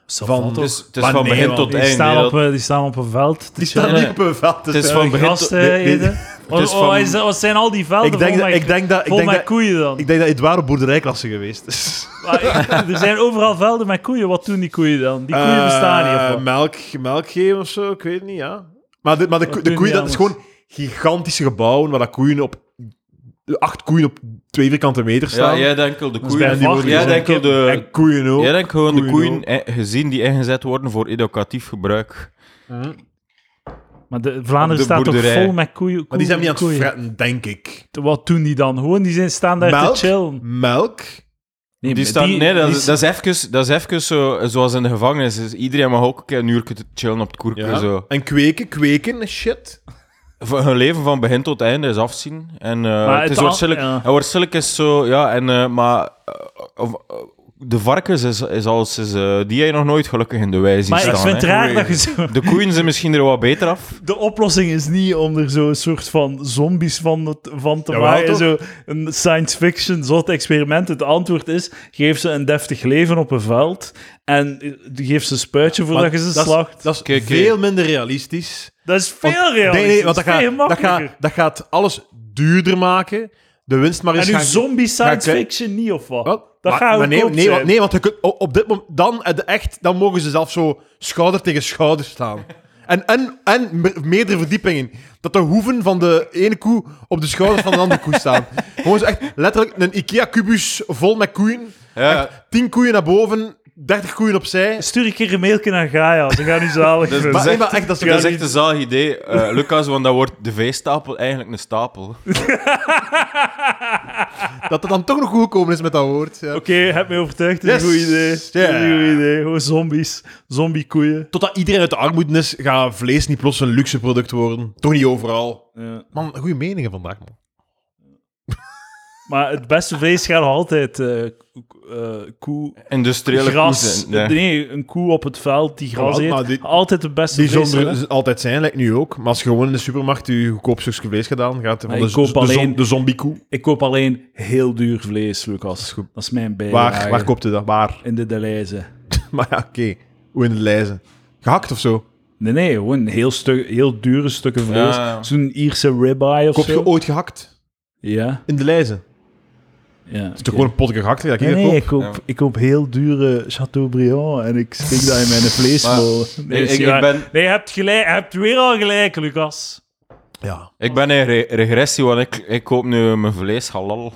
van... toch? Dus het is Maar van nee, begin man, tot Die einde. staan, hè, op, dat- eh, die staan op een veld te Die staan chillen. niet op een veld. Het is eh, van begin Gras tot... te nee, nee. eten. Wat, is wat van- is dat- wat zijn al die velden Ik denk, vol, dat, met, ik, denk dat, ik, vol denk met dat, koeien dan? ik denk dat Edouard op boerderijklasse geweest is. Maar, eh, er zijn overal velden met koeien. Wat doen die koeien dan? Die koeien Eh, bestaan niet. Of wat? melk, melk geven of zo, ik weet het niet, ja. Maar de, maar de, Wat de doen koeien, die dat is anders? gewoon gigantische gebouwen waar dat koeien op... Acht koeien op twee vierkante meter Ja, staan. jij denkt al de Dat is bij koeien... die varkens worden Jij en denkt al kippen. de... En koeien ook. Jij denkt gewoon de Koeien koeien ook. eh, gezien die ingezet worden voor educatief gebruik. Maar de, Vlaanderen de staat toch boerderij. vol met koeien? Maar die zijn niet aan het koeien. fretten, denk ik. Wat doen die dan? Gewoon, die zijn, staan daar Melk? te chillen. Melk? Nee, Die maar staan, nee, dat, die- is, dat is even, dat is even zo, zoals in de gevangenis. Dus iedereen mag ook een keer een uur chillen op het koerken. Ja. Zo. En kweken, kweken is shit. Van hun leven van begin tot einde is afzien. En uh, Maar het het is al- waarschijnlijk, ja. en waarschijnlijk is zo, ja, en, uh, maar uh, of, uh, de varkens is, is als is, uh, die heb je nog nooit gelukkig in de wei zien Maar ik staan. vind het hè. raar dat je zo... De koeien zijn misschien er wat beter af. De oplossing is niet om er zo'n soort van zombies van, het- van te Jawel, maken. toch? Zo een science fiction soort experiment. Het antwoord is, geef ze een deftig leven op een veld en eh, geef ze een spuitje voordat Maar je ze dat is- slacht. Dat is Kijk, veel minder realistisch. Dat is veel Want- realistischer. Nee, nee, want dat veel gaat, dat, makkelijker. gaat, dat gaat alles duurder maken. De winst maar eens En nu gaan... zombie science ga- fiction niet, of wat? Wat? Dat maar, gaat maar nee, goedkoop nee, zijn. want, nee, want je kunt, op op dit moment... Dan, eh, de echt, dan mogen ze zelf zo schouder tegen schouder staan. En, en, en me- meerdere verdiepingen. Dat de hoeven van de ene koe op de schouders van de andere koe staan. Gewoon zo echt letterlijk een IKEA-kubus vol met koeien. Ja. Echt tien koeien naar boven, dertig koeien opzij. Stuur een keer een mailje naar Gaia. Ze gaan nu zalig Dat is- vinden. Maar, is nee, echt- maar echt, dat is, Dat is echt een zalig idee, uh, Lucas, want dan wordt de veestapel eigenlijk een stapel. dat het dan toch nog goed gekomen is met dat woord. Ja. Oké, heb me overtuigd. Het is een Yes. goed idee. Het is Ja. een goed idee. Gewoon zombies. Zombie-koeien. Totdat iedereen uit de armoede is, gaat vlees niet plots een luxe product worden. Toch niet overal. Ja. Man, goede meningen vandaag, man. Maar het beste vlees gaat nog altijd eh, eh, koe... Industriële Gras. koeien. Nee. Nee, een koe op het veld die gras Ja, eet. maar die- altijd het beste Die vlees. zullen hè. er altijd zijn, lijkt nu ook. Maar als je gewoon in de supermarkt je goedkoop stukje vlees gedaan, gaat Maar van ik de, koop de, alleen- zom- de zombiekoe. Ik koop alleen heel duur vlees, Lucas. Dat is goed. Dat is mijn bijdrage. Waar, waar koopt je dat? Waar? In de Deleuze. Maar ja, oké. Hoe in het lijzen? Gehakt of zo? Nee, nee, gewoon heel, stuk, heel dure stukken vlees. Ja, ja. Zo'n Ierse ribeye of Koop zo. je ooit gehakt? Ja, In de lijzen? ja. Het is toch gewoon een pot gehakt dat ik Nee, hier nee, koop? ik koop, Ja. ik koop heel dure Chateaubriand en ik steek dat in mijn vleesmolen. Nee, ik- is ik waar. ben- nee, je hebt, gelijk, je hebt weer al gelijk, Lucas. Ja. Ik ben in re- regressie, want ik, ik koop nu mijn vlees halal.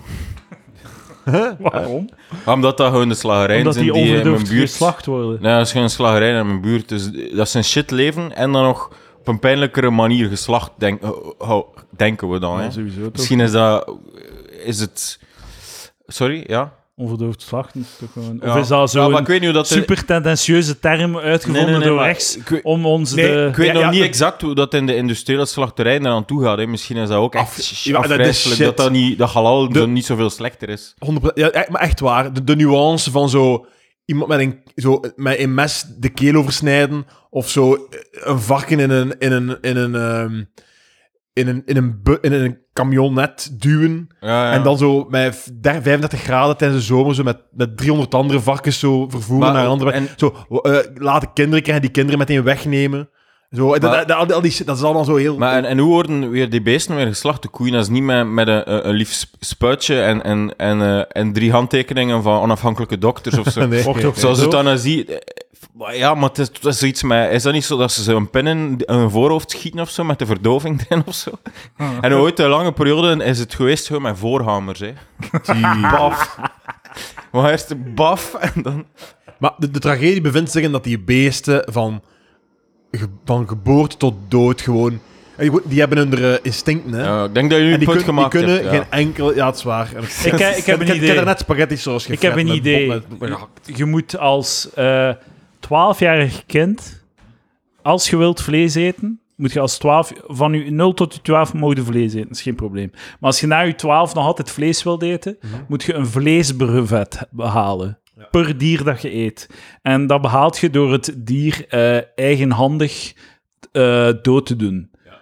Waarom? Omdat dat gewoon de slagerijen Omdat zijn die die in mijn onverdoofd buurt... geslacht worden. Nee, dat is gewoon een slagerij in mijn buurt. Dus dat is een shit leven en dan nog op een pijnlijkere manier geslacht, denk, oh, oh, denken we dan. Ja, Hè. sowieso toch. Misschien is dat... Is het... Sorry, ja? Onverdoofd slachten is toch gewoon... Ja. Of is dat Ja, maar zo'n ik weet niet hoe dat... super tendentieuze term uitgevonden Nee, nee, nee, door maar rechts ik weet- om ons Nee, de... Ik weet Ja, nog ja, niet dat- exact hoe dat in de industriële slachterij eraan toe gaat. Hè. Misschien is dat ook echt Af- sh- ja, dat is afgrijselijk, shit. dat, dat, niet, dat halal De- dan niet zoveel slechter is. honderd procent. Ja, echt- maar echt waar. De, de nuance van zo iemand met een, zo, met een mes de keel oversnijden of zo een varken in een, in een, in een, ehm, in een, in een, bu- in een camionet duwen Ja, ja. en dan zo met der- vijfendertig graden tijdens de zomer zo met, met driehonderd andere varkens zo vervoeren Maar- naar een andere... en- Zo, eh, laten kinderen krijgen, die kinderen meteen wegnemen. Zo, dat, dat, dat, al die shit, dat is allemaal zo heel... Maar en, en hoe worden weer die beesten weer geslacht? De koeien, dat is niet met, met een, een- een lief sp- spuitje en, en, en, eh, en drie handtekeningen van onafhankelijke dokters of zo. Nee. Mocht ook Zoals zo. het dan ziet. eh, maar Ja, maar het is, het is zoiets met... Is dat niet zo dat ze zo'n pin in een voorhoofd schieten of zo, met de verdoving erin of zo? En ooit een lange periode is het geweest gewoon met voorhamers, hè. Baf. Maar eerst de baf en dan... Maar de, de tragedie bevindt zich in dat die beesten van, ge- van geboorte tot dood gewoon... en Die, die hebben hun eh, instincten, hè. Ja, ik denk dat je nu en een die, punt kun- die gemaakt kunnen hebt. ja. geen enkel... Ja, het is waar. En Ik, ik, ik heb een ik, idee. Ik heb er net spaghetti zoals Ik heb een idee. Je moet als eh twaalfjarig kind, als je wilt vlees eten, moet je als twaalf, van je nul tot je twaalf mogen vlees eten, dat is geen probleem. Maar als je na je twaalf nog altijd vlees wilt eten, moet je een vleesbrevet behalen. Per dier dat je eet. En dat behaalt je door het dier eh, eigenhandig eh, dood te doen.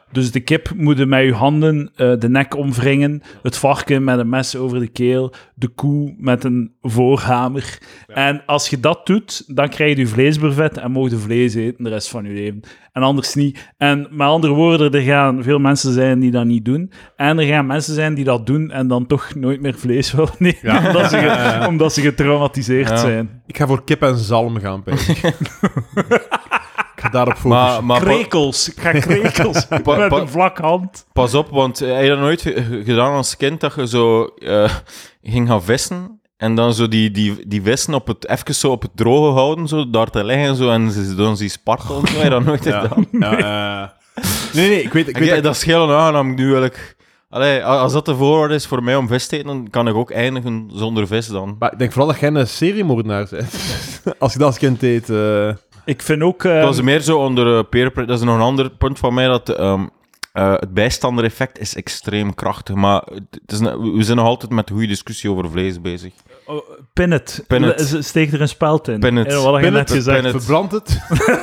Dus de kip moet je met je handen uh, de nek omwringen, het varken met een mes over de keel, de koe met een voorhamer. Ja. En als je dat doet, dan krijg je je vleesbuffet en mag je vlees eten de rest van je leven. En anders niet. En met andere woorden, er gaan veel mensen zijn die dat niet doen. En er gaan mensen zijn die dat doen en dan toch nooit meer vlees willen nemen, ja. omdat, ze ge, omdat ze getraumatiseerd ja. zijn. Ik ga voor kip en zalm gaan, Pijs. Ik ga daarop focussen. Maar, maar krekels. Ik ga krekels pa, pa, met een vlak hand. Pas op, want heb je dat nooit gedaan als kind, dat je zo uh, ging gaan vissen en dan zo die, die, die vissen op het, even zo op het droge houden, zo daar te liggen zo, en ze dan zie spartelen. Heb je dat nooit ja. gedaan? Ja, uh... Nee, nee, ik weet... Ik weet ja, dat dat is heel aangenaam nu eigenlijk... Allee, als dat de voorwaarde is voor mij om vis te eten, dan kan ik ook eindigen zonder vis dan. Maar ik denk vooral dat jij een seriemoordenaar bent. Als je dat als kind eet... Uh... Ik vind ook... Uh... Dat is meer zo onder uh, peer... Dat is nog een ander punt van mij, dat um, uh, het bijstander-effect is extreem krachtig. Maar het is een, we zijn nog altijd met een goede discussie over vlees bezig. Oh, pin it. Pin it. Steek er een speld in. Pin it. Wat had je net it. gezegd. Verbrand het.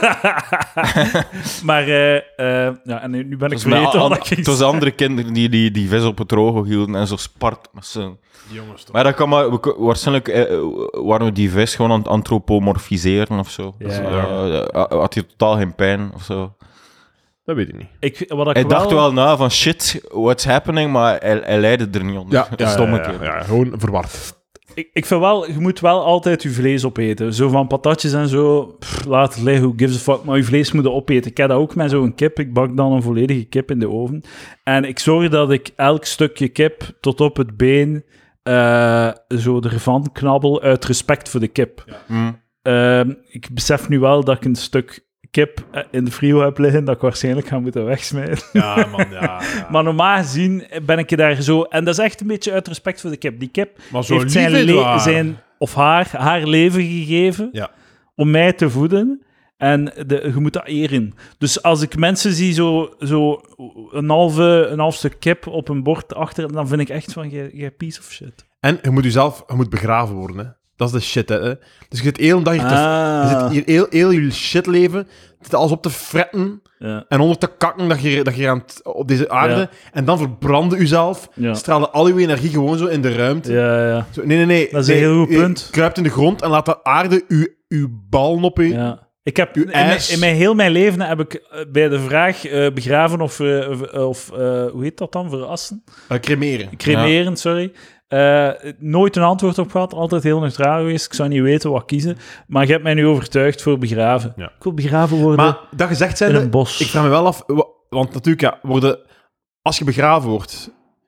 maar, uh, uh, ja, en nu ben ik vergeten wat ik ging Het was andere kinderen die, die die vis op het droge hielden en zo spart met z'n... Jongens, toch. Maar dat kan maar... We, waarschijnlijk uh, waren we die vis gewoon aan het antropomorfiseren of zo. Ja, dus, uh, ja. uh, had hij totaal geen pijn of zo. Dat weet ik niet. Ik, wat ik hij wel... dacht wel na van shit, what's happening, maar hij, hij leidde er niet onder. Ja, ja, stomme ja, ja, ja, gewoon verward. Ik, ik vind wel, je moet wel altijd je vlees opeten. Zo van patatjes en zo, pff, laat het liggen, who gives a fuck, maar je vlees moet je opeten. Ik heb dat ook met zo'n kip, ik bak dan een volledige kip in de oven. En ik zorg dat ik elk stukje kip tot op het been uh, zo ervan knabbel uit respect voor de kip. Ja. Mm. Uh, ik besef nu wel dat ik een stuk kip in de frio heb liggen, dat ik waarschijnlijk ga moeten wegsmijten. Ja, man, ja. ja. Maar normaal gezien ben ik daar zo... En dat is echt een beetje uit respect voor de kip. Die kip maar zo heeft zijn, le- zijn of haar, haar leven gegeven ja. om mij te voeden. En de, je moet dat eren. Dus als ik mensen zie zo, zo een, halve, een half stuk kip op een bord achter, dan vind ik echt van, jij piece of shit. En je moet jezelf je moet begraven worden, hè. Dat is de shit, hè. Dus je zit heel een dag hier te... Ah. Je zit hier heel, heel je shit leven, je zit alles op te fretten Ja. en onder te kakken dat je, dat je aan het, op deze aarde... Ja. En dan verbrandde jezelf, Ja. straalde al je energie gewoon zo in de ruimte. Ja, ja. Zo, nee, nee, nee. Dat is nee, een heel goed je punt. kruipt in de grond en laat de aarde je, je ballen opeten. Ja. Ik heb Uw in mijn, ijs. in mijn heel mijn leven heb ik uh, bij de vraag uh, begraven of, uh, of, of uh, hoe heet dat dan, verrassen? Uh, cremeren. Cremeren, ja. sorry. Uh, nooit een antwoord op gehad, altijd heel neutraal geweest. Ik zou niet weten wat kiezen, maar je hebt mij nu overtuigd voor begraven. Ja. Ik wil begraven worden Maar dat gezegd in zijn, een bos. ik vraag me wel af, wa- want natuurlijk, ja, worden, als je begraven wordt,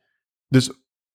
dus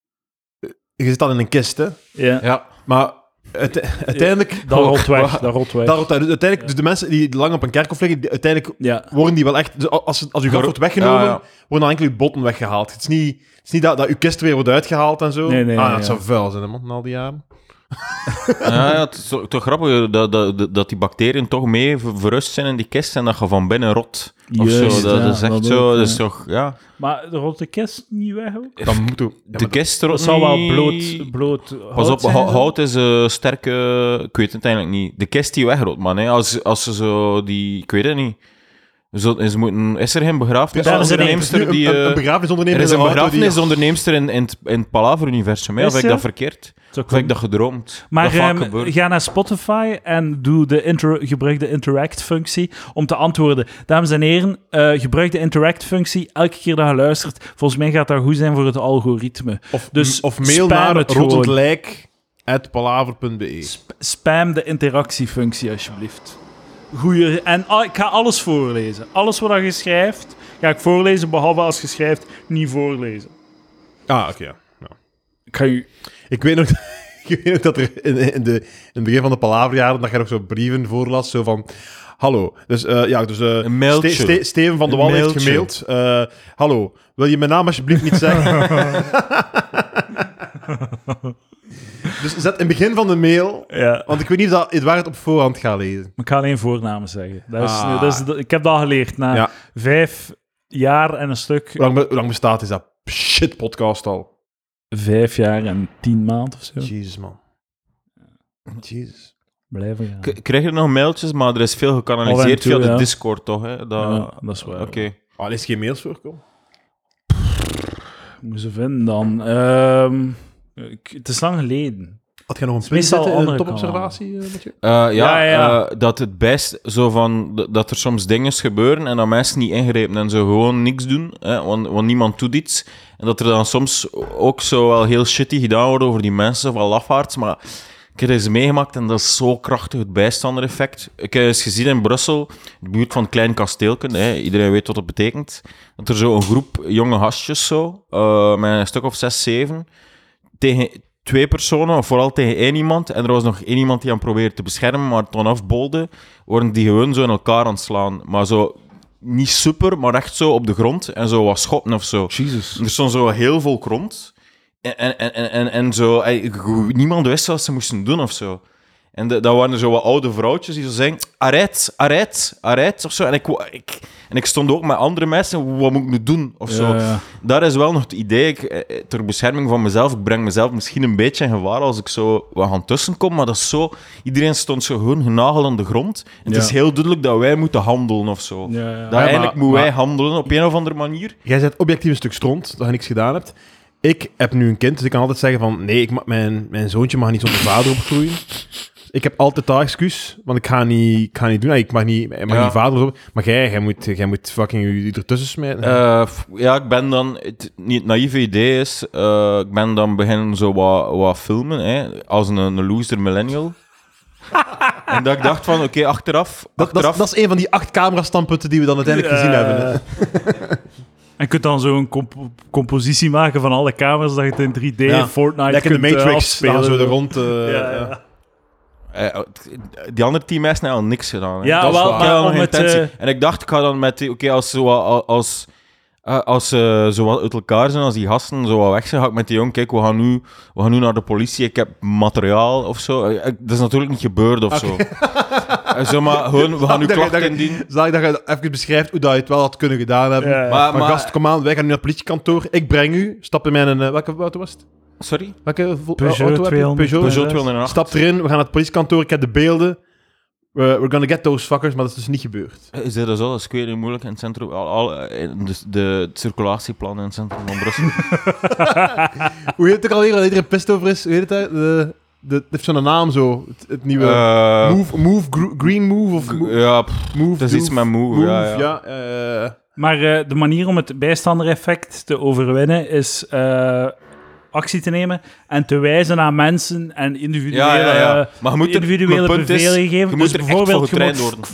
uh, je zit dan in een kist, hè, Ja, Ja. maar uite- uiteindelijk... dat rolt weg, dat rolt weg. Dat rolt uit. Dus uiteindelijk, dus de mensen die lang op een kerkhof liggen, die- uiteindelijk Ja. worden die wel echt... Dus als, als uw graf wordt weggenomen, Ja, ja. worden dan enkel uw botten weggehaald. Het is niet, het is niet dat, dat uw kist weer wordt uitgehaald en zo. Nee, nee, ah, nee, dat ja. zou vuil zijn, hè, man, na al die jaren. Ja, ja, het is toch, toch grappig dat, dat, dat die bacteriën toch mee ver- verrust zijn in die kist en dat je van binnen rot. Of Juist, zo. Dat, ja, dat is echt dat zo. ook, Dat is ja. toch, ja. Maar de rotte kist niet weg ook? Dan moeten we... Ja, De maar kist rot Dat zal wel niet- bloot, bloot Pas hout op, zijn, hou- zo. hout is een sterke... Ik weet het eigenlijk niet. De kist die wegrot, man. Hè. Als, als ze zo die... Ik weet het niet. Zo, ze moeten, is er geen begrafenis? Ja, er is een- onderneemster die... een, een, eh, een begrafenisondernemer... er is in een de auto die- begrafenisonderneemster in, in, het- in het Palaver-universum. hè. Of Is heb ik ze? dat verkeerd? Zo Of heb ik cool. dat gedroomd? Maar dat vaak ehm, gebeurt. ga naar Spotify en doe de inter- gebruik de interact-functie om te antwoorden. Dames en heren, uh, gebruik de interact-functie elke keer dat je luistert. Volgens mij gaat dat goed zijn voor het algoritme. Of, Dus of mail spam naar het gewoon. rottendlijk at palaver punt be. Sp- spam de interactiefunctie, alsjeblieft. Goeie, en al- ik ga alles voorlezen. Alles wat je schrijft, ga ik voorlezen, behalve als je schrijft, niet voorlezen. Ah, oké, ja. ja. Ik ga u... Ik weet nog, ik weet nog dat er in, in, de, in het begin van de palaverjaren, dat je nog zo brieven voorlas, zo van... Hallo, dus uh, ja, dus uh, Een mailtje. Ste- Ste- Steven van de Een Wal heeft mailtje. gemaild. Uh, hallo, wil je mijn naam alsjeblieft niet zeggen? Dus zet in het begin van de mail, Ja. want ik weet niet of dat Edouard het op voorhand gaat lezen. Ik ga alleen voornamen zeggen. Dat is, Ah. dat is, ik heb dat al geleerd. Na Ja. vijf jaar en een stuk... Hoe lang, be- hoe lang bestaat is dat shit podcast al? Vijf jaar en tien maanden of zo. Jezus, man. Jezus. Blijven gaan. K- Krijg je nog mailtjes, maar er is veel Af en gekanaliseerd toe, via de ja. Discord, toch? Hè? Dat... Ja, dat is waar. Oké. Ah, er is geen mails voorkomen. Hoe ze vinden dan? Ehm, ik- het is lang geleden. Had jij nog een Meestal punt in een andere topobservatie, uh, Mathieu? Uh, ja, Ja, ja. uh, dat het best zo van d- dat er soms dingen gebeuren en dat mensen niet ingrepen en zo gewoon niks doen, hè, want, want niemand doet iets. En dat er dan soms ook zo wel heel shitty gedaan wordt over die mensen, van lafaards. Maar ik heb eens meegemaakt en dat is zo krachtig, het bijstander-effect. Ik heb eens gezien in Brussel, de buurt van het Klein Kasteelken, hè, iedereen weet wat dat betekent, dat er zo een groep jonge gastjes zo, uh, met een stuk of zes, zeven, tegen twee personen, of vooral tegen één iemand, en er was nog één iemand die aan probeerde te beschermen, maar toen afbolde, worden die gewoon zo in elkaar aan het slaan. Maar zo, niet super, maar echt zo op de grond, en zo wat schoppen of zo. Jesus. Er stond zo heel volk rond, en, en, en, en, en zo, ey, niemand wist wat ze moesten doen of zo. En de, dat waren er zo wat oude vrouwtjes die zo zeggen, arrête, arrête, arrête, of zo. En ik, ik, en ik stond ook met andere mensen, wat moet ik nu doen, of zo. Ja, ja. Daar is wel nog het idee, ik, eh, ter bescherming van mezelf, ik breng mezelf misschien een beetje in gevaar als ik zo wat gaan tussenkom, maar dat is zo, iedereen stond zo gewoon genageld aan de grond. En Ja. het is heel duidelijk dat wij moeten handelen, of zo. Ja, ja. Dat Ja, eigenlijk maar- moeten wij maar- handelen, op een of andere manier. Jij bent objectief een stuk stront, dat je niks gedaan hebt. Ik heb nu een kind, dus ik kan altijd zeggen van... Nee, ik mag, mijn, mijn zoontje mag niet zonder vader opgroeien. Ik heb altijd dat excuus, want ik ga niet, ik ga niet doen. Ik mag niet, ik mag Ja. niet vader op. Maar jij, jij moet, jij moet fucking je, je ertussen smijten. Eh, f- ja, ik ben dan... Het, niet het naïeve idee is, eh, ik ben dan beginnen zo wat, wat filmen, hè, als een, een loser millennial. En dat ik dacht van, oké, achteraf... dat, dat, achteraf is- dat is een van die acht camera-standpunten die we dan uiteindelijk gezien Ja. hebben. Hè. En je kunt dan zo een comp- compositie maken van alle kamers, dat je het in drie D Ja. Fortnite Lekker de kunt, eh, Matrix, dan afspelen. zo er rond... eh, Ja, ja. ja. Eh, die andere team mensen hebben al niks gedaan. Hè. Ja, Dat is wel, waar. maar Ik had om nog het, intentie. eh, En ik dacht, ik ga dan met... die- Oké, als ze wat- als, eh, als ze zo wat uit elkaar zijn, als die gasten zo wat weg zijn, ga ik met die jongen, kijk, we gaan, nu, we gaan nu naar de politie, ik heb materiaal of zo. Eh, ik- Dat is natuurlijk niet gebeurd of zo. Eh, zo, maar gewoon, we gaan nu Dat je- dat klachten je- indienen. Zal ik dat je even beschrijft hoe dat je het wel had kunnen gedaan hebben? Ja, ja. Maar, Maar, maar, gast, kom aan, wij gaan nu naar het politiekantoor. Ik breng u. Stap in mijn... Uh, welke auto was het? sorry? Welke vo- Peugeot auto heb je? tweehonderd. Peugeot. Peugeot tweehonderdacht. Stap erin, we gaan naar het politiekantoor. Ik heb de beelden. We we're gonna get those fuckers, maar dat is dus niet gebeurd. Is dat zo? Dat is heel moeilijk in het centrum. Al, al, in de, de, het circulatieplan in het centrum van Brussel. Hoe heet het ook alweer, waar iedereen pist over is? Hoe heet het? De, de, het heeft zo'n naam zo. Het, het nieuwe... Eh, move, move, gr- green move of... mo- ja, pff, move, het is iets met move, ja, ja. ja eh, Maar eh, de manier om het bijstander-effect te overwinnen is eh, actie te nemen en te wijzen aan mensen en individuele, Ja, ja, ja. Maar je moet er, individuele mijn punt is, bevelen geven. je moet Dus er echt bijvoorbeeld, voor getraind je moet- worden.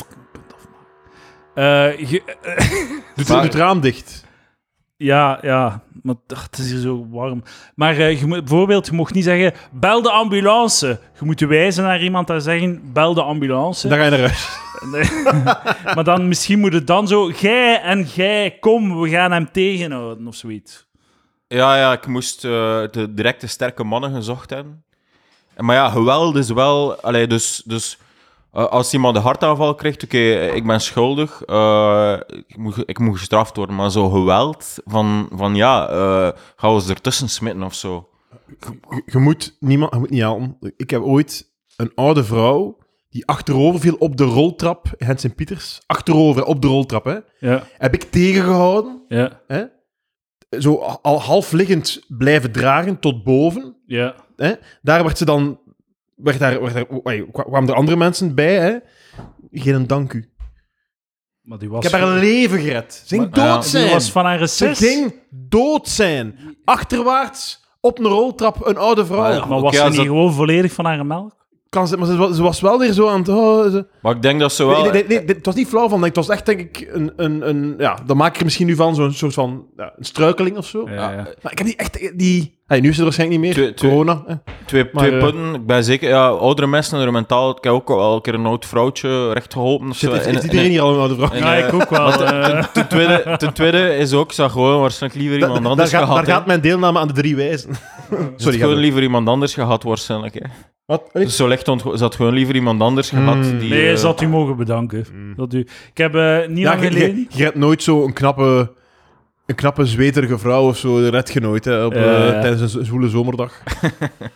Eh, je- doet, Maar- doet het raam dicht. ja, ja, maar ach, het is hier zo warm. Maar eh, je moet, bijvoorbeeld, je mocht niet zeggen, bel de ambulance. Je moet wijzen naar iemand en zeggen, bel de ambulance. Dan ga je naar huis. Nee. Maar dan misschien moet het dan zo, jij en jij, kom, we gaan hem tegenhouden of zoiets. Ja, ja, ik moest uh, de directe sterke mannen gezocht hebben. Maar ja, geweld is wel... Allee, dus dus uh, als iemand een hartaanval krijgt, oké, okay, ik ben schuldig, uh, ik, moet, ik moet gestraft worden. Maar zo geweld van, van ja, uh, gaan we ze ertussen smitten of zo. Je, je moet niemand... Je moet niet aan. Ik heb ooit een oude vrouw die achterover viel op de roltrap in Gent Sint-Pieters. Achterover, op de roltrap, hè. Ja, Heb ik tegengehouden, ja, hè. Zo al half liggend blijven dragen tot boven. ja. Hè? Daar werd ze dan... Werd daar, werd daar, oei, kwamen er andere mensen bij, hè? Geen dank u. Maar die was Ik heb haar leven gered. Ze ging Maar- dood ja, zijn. Die was van haar Ze recess. ging dood zijn. Achterwaarts, op een roltrap, een oude vrouw. Maar ja, Maar Oké, was ze als niet dat- gewoon volledig van haar melk? Kan ze, maar ze, was- ze was wel weer zo aan het... Oh, ze- Maar ik denk dat ze wel... nee, nee, nee, nee, het was niet flauw van. Het was echt, denk ik, een... een, een ja, dan maak ik er misschien nu van zo'n soort van... Ja, een struikeling of zo. Ja, ja. Maar ik heb die echt... Die, hey, nu is het waarschijnlijk niet meer. Twee- twee- Corona. Hè. Twee, Maar, twee eh, punten. Ik ben zeker... Ja, oudere mensen er mentaal... Ik heb ook wel een keer een oud vrouwtje recht geholpen. Of Shit, zo. heeft, In- heeft in- iedereen hier al een oude vrouw? in- Ja, eh, ik ook wel. maar ten, eh. ten- ten tweede, ten tweede is ook... Ik zag gewoon waarschijnlijk liever Da- iemand da- anders daar, gaat, gehad. daar hè. gaat mijn deelname aan de drie wijzen. Sorry, Sorry, gewoon ga liever iemand anders gehad, waarschijnlijk. Hè. Wat? Allee? Dus zo licht ont- ze had gewoon liever iemand anders gehad. Mm. Die, Nee, eh, ze had u mogen bedanken. Dat u... Ik heb eh, niet Ja, lang je, geleden... je, je hebt nooit zo een knappe, een knappe zweterige vrouw of zo red genooid hè, op, Ja, eh, ja. tijdens een zo- zwoele zomerdag.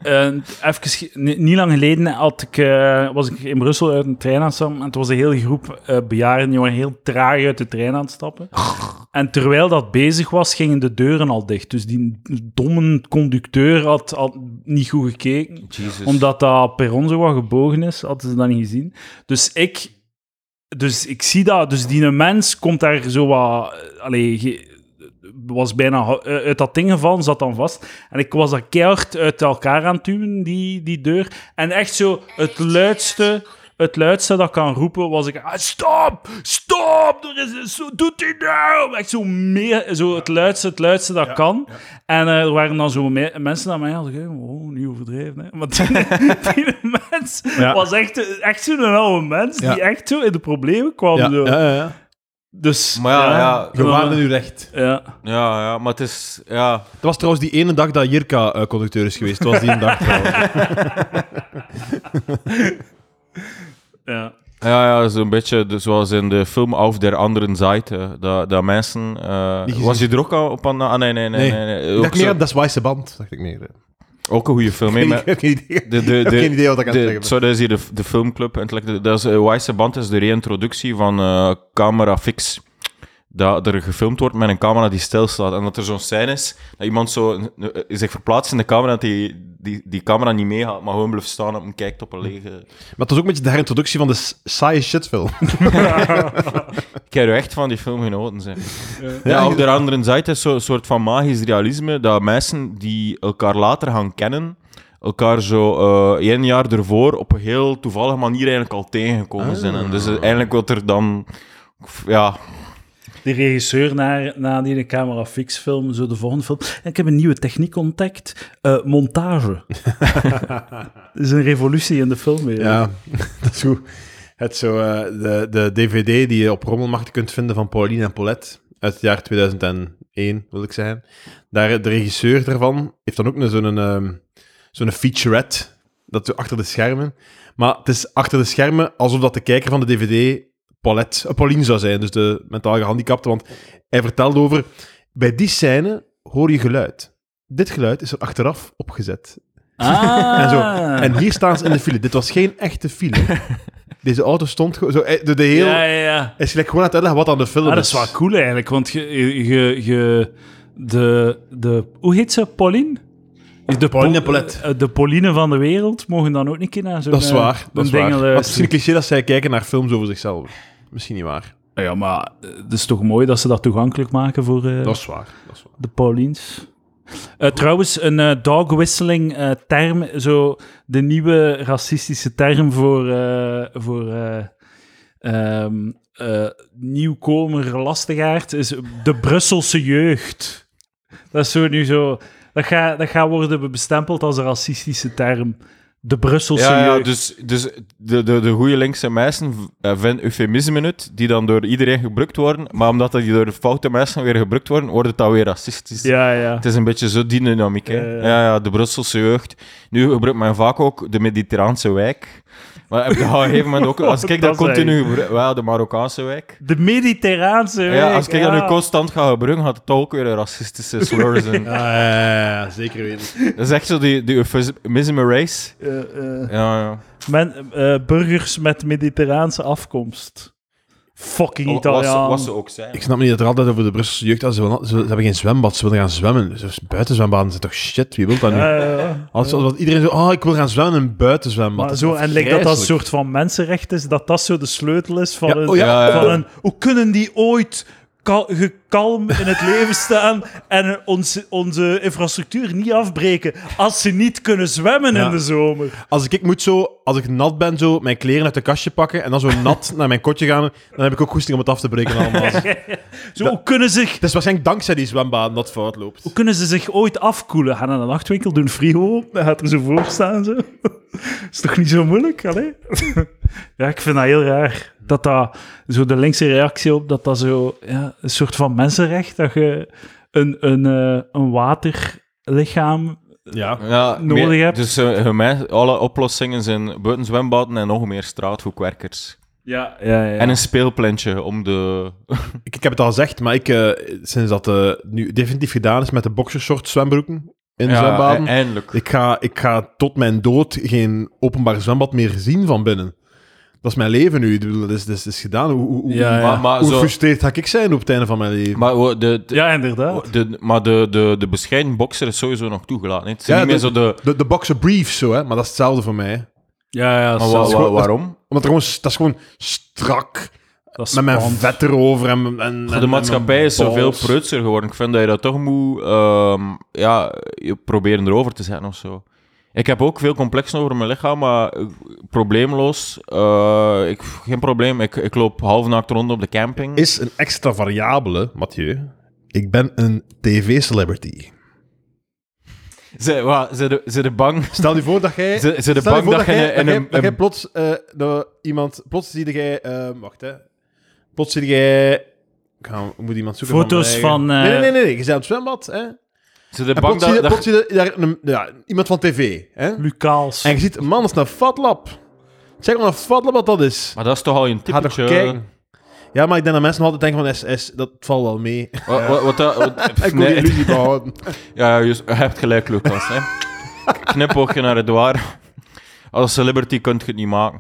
uh, even, niet, niet lang geleden had ik, uh, was ik in Brussel uit een trein aan het stappen en het was een hele groep uh, bejaarden die waren heel traag uit de trein aan het stappen. En terwijl dat bezig was, gingen de deuren al dicht. Dus die domme conducteur had, had niet goed gekeken. Jesus. Omdat dat perron zo wat gebogen is, hadden ze dat niet gezien. Dus ik, dus ik zie dat. Dus die mens komt daar zo wat... Allee, ge, was bijna uit dat ding gevallen, zat dan vast. En ik was dat keihard uit elkaar aan het duwen, die, die deur. En echt zo het luidste... Het luidste dat ik kan roepen was ik... Ah, stop! Stop! Er is een, zo, doet hij nou! Echt zo, meer, zo het luidste, het luidste dat ja, kan. Ja. En uh, er waren dan zo me- mensen aan mij hadden oh, niet overdreven. Hè. Maar die, die mens ja. was echt, echt zo'n oude mens ja. die echt zo in de problemen kwam. Ja, zo. ja, ja. ja. Dus, maar ja, ja, ja je waarde nu recht. Ja. ja, ja, maar het is... Ja. Dat was trouwens die ene dag dat Jirka uh, conducteur is geweest. Het was die ene dag trouwens. Ja. Ja, ja, zo'n beetje de, zoals in de film Auf der anderen Seite. Dat, dat mensen... Uh, was je er ook al op aan... Ah, nee, nee, nee. nee, nee. Ik dacht meer, dat is Weisse Band, dacht ik meer. Ook een goede film, hè? Ik heb geen idee, de, de, de, geen idee wat ik aan het zeggen ben. Zo, dat is hier de, de filmclub. Dat is, uh, Weisse Band is de reintroductie van uh, camera fix. Dat er gefilmd wordt met een camera die stilstaat. En dat er zo'n scène is, dat iemand zo uh, zich verplaatst in de camera, dat die, die, die camera niet meegaat, maar gewoon blijft staan en kijkt op een lege... Maar het was ook een beetje de herintroductie van de saaie shitfilm. Ik heb er echt van die film genoten, zeg. Ja, ja, op de andere zijde is zo'n soort van magisch realisme, dat mensen die elkaar later gaan kennen, elkaar zo uh, één jaar ervoor op een heel toevallige manier eigenlijk al tegengekomen zijn. En dus eigenlijk wat er dan... Ja... De regisseur na, na die camera fix film, zo de volgende film. En ik heb een nieuwe techniek ontdekt. Uh, montage. Dat is een revolutie in de film. Weer. Ja, dat is goed. Het zo, uh, de, de D V D die je op Rommelmarkt kunt vinden van Pauline en Paulette uit het jaar tweeduizend één, wil ik zeggen. Daar, de regisseur daarvan heeft dan ook een, zo'n, um, zo'n featurette, dat zo achter de schermen. Maar het is achter de schermen alsof dat de kijker van de D V D Paulette, uh, Pauline zou zijn, dus de mentaal gehandicapte, want hij vertelde over, bij die scène hoor je geluid. Dit geluid is er achteraf opgezet. Ah. en, zo. En hier staan ze in de file. Dit was geen echte file. Deze auto stond gewoon... Zo, de, de heel, ja, ja, ja. Hij is gelijk gewoon aan het uitleggen wat aan de film ah, is. Dat is wel cool eigenlijk, want je... je, je de, de, hoe heet ze? Pauline? De Pauline en Paulette. De Pauline van de wereld mogen dan ook niet keer naar zo'n... Dat is waar. Dat is waar. Dingen, het is misschien een cliché dat zij kijken naar films over zichzelf. Misschien niet waar. Ja, maar het is toch mooi dat ze dat toegankelijk maken voor uh, dat is waar. Dat is waar. de Paulines. Uh, trouwens, een uh, dog whistling uh, term, zo de nieuwe racistische term voor, uh, voor uh, um, uh, nieuwkomer lastigaard is de Brusselse jeugd. Dat is zo nu zo... Dat gaat dat gaat worden bestempeld als een racistische term. De Brusselse ja, jeugd. Ja, dus, dus de, de, de goede linkse mensen vinden eufemismen uit, die dan door iedereen gebruikt worden, maar omdat die door de foute mensen weer gebruikt worden, wordt het dan weer racistisch. Ja, ja. Het is een beetje zo die dynamiek, hè. Ja, ja. ja, ja de Brusselse jeugd. Nu gebruikt men vaak ook de Mediterraanse wijk. Maar op een gegeven moment ook... Als ik dat continu gebruik... Wel, de Marokkaanse wijk. De Mediterraanse wijk, ja. Als ik ja. dat nu constant ga gebruiken, gaat het toch ook weer een racistische slurs in. Ja, ja, ja, zeker weten. Dat is echt zo die, die euphemism race. Uh, uh, ja, ja. Men, uh, burgers met Mediterraanse afkomst. Fucking Italiaan. Wat, wat ze ook zijn. Ik snap niet dat er altijd over de Brusselse jeugd is. Ze, ze, ze hebben geen zwembad, ze willen gaan zwemmen. Dus buitenzwembaden zijn toch shit? Wie wil dat nu? Ja, ja, ja. Als, als, als iedereen zo, oh, ik wil gaan zwemmen in een buitenzwembad. Maar zo, en lijkt dat dat een soort van mensenrecht is, dat dat zo de sleutel is van, ja, een, oh ja, ja, ja. van ja. een... Hoe kunnen die ooit kal, kalm in het leven staan en onze, onze infrastructuur niet afbreken als ze niet kunnen zwemmen ja. in de zomer? Als ik, ik moet zo, als ik nat ben, zo mijn kleren uit de kastje pakken en dan zo nat naar mijn kotje gaan, dan heb ik ook goesting om het af te breken allemaal. Zo, hoe kunnen zich... Het is waarschijnlijk dankzij die zwembaden dat fout loopt. Hoe kunnen ze zich ooit afkoelen? Gaan naar een nachtwinkel, doen frigo, dan gaat er zo voor staan. Zo. Is toch niet zo moeilijk? Allee? Ja, ik vind dat heel raar. Dat dat, zo de linkse reactie op, dat dat zo, ja, een soort van mensenrecht, dat je een, een, uh, een waterlichaam ja. Ja, nodig meer, hebt. Dus uh, alle oplossingen zijn buiten zwembaden en nog meer straathoekwerkers. Ja, ja, ja. En een speelplantje om de... ik, ik heb het al gezegd, maar ik, uh, sinds dat uh, nu definitief gedaan is met de boxershort zwembroeken, in Ja, zwembaden. e- eindelijk. Ik ga, ik ga tot mijn dood geen openbaar zwembad meer zien van binnen. Dat is mijn leven nu. Ik bedoel, dat is, dat is, dat is gedaan. Hoe, hoe, Ja, ja. Maar, maar, hoe zo, gefrustreerd ga ik zijn op het einde van mijn leven? maar de, de, de, Ja, inderdaad. de, maar de, de, de bescheiden bokser is sowieso nog toegelaten. hè. Het is Ja, niet meer de- zo de... De, de boxer briefs, zo, hè? Maar dat is hetzelfde voor mij. Hè. Ja, ja, Maar zo- wa- is wa- gewoon- waarom? Omdat er gewoon, dat is gewoon strak, dat is met mijn spannend. vet erover. En, en, en, De en maatschappij mijn is zoveel balls. preutser geworden. Ik vind dat je dat toch moet ehm, ja, je proberen erover te zetten of zo. Ik heb ook veel complexen over mijn lichaam, maar eh, probleemloos. eh, ik, geen probleem. Ik, ik loop halfnaakt rond op de camping. Is een extra variabele, Mathieu. Ik ben een tv-celebrity. Ze, wa, ze, de, ze de bang... Stel je voor dat jij... Ze, ze de Stel je bang voor dat dat je jij, in dat jij, een... dat jij een- plots eh, de, iemand... Plots zie jij... eh, wacht, hè. Plots zie jij... Ik, ga, ik moet iemand zoeken Foto's van... mijn eigen- van, eh, Nee, nee, nee, nee. Je bent op het zwembad, hè. Ze de En bang plots zie je, dat... plots dat zie je daar een, ja, iemand van tv, hè. Lucaals. En je ziet, man, dat is een fatlap. Zeg maar een fatlap wat dat is. maar dat is toch al een Ga toch typetje... kijken. Ja, maar ik denk dat mensen nog altijd denken van S S, dat valt wel mee. Wat, wat, wat dat... wat- Ik wil nee, die illusie behouden. ja, je, je hebt gelijk, Lucas. Hè. Knipoogje naar het waar. Als celebrity kunt je het niet maken.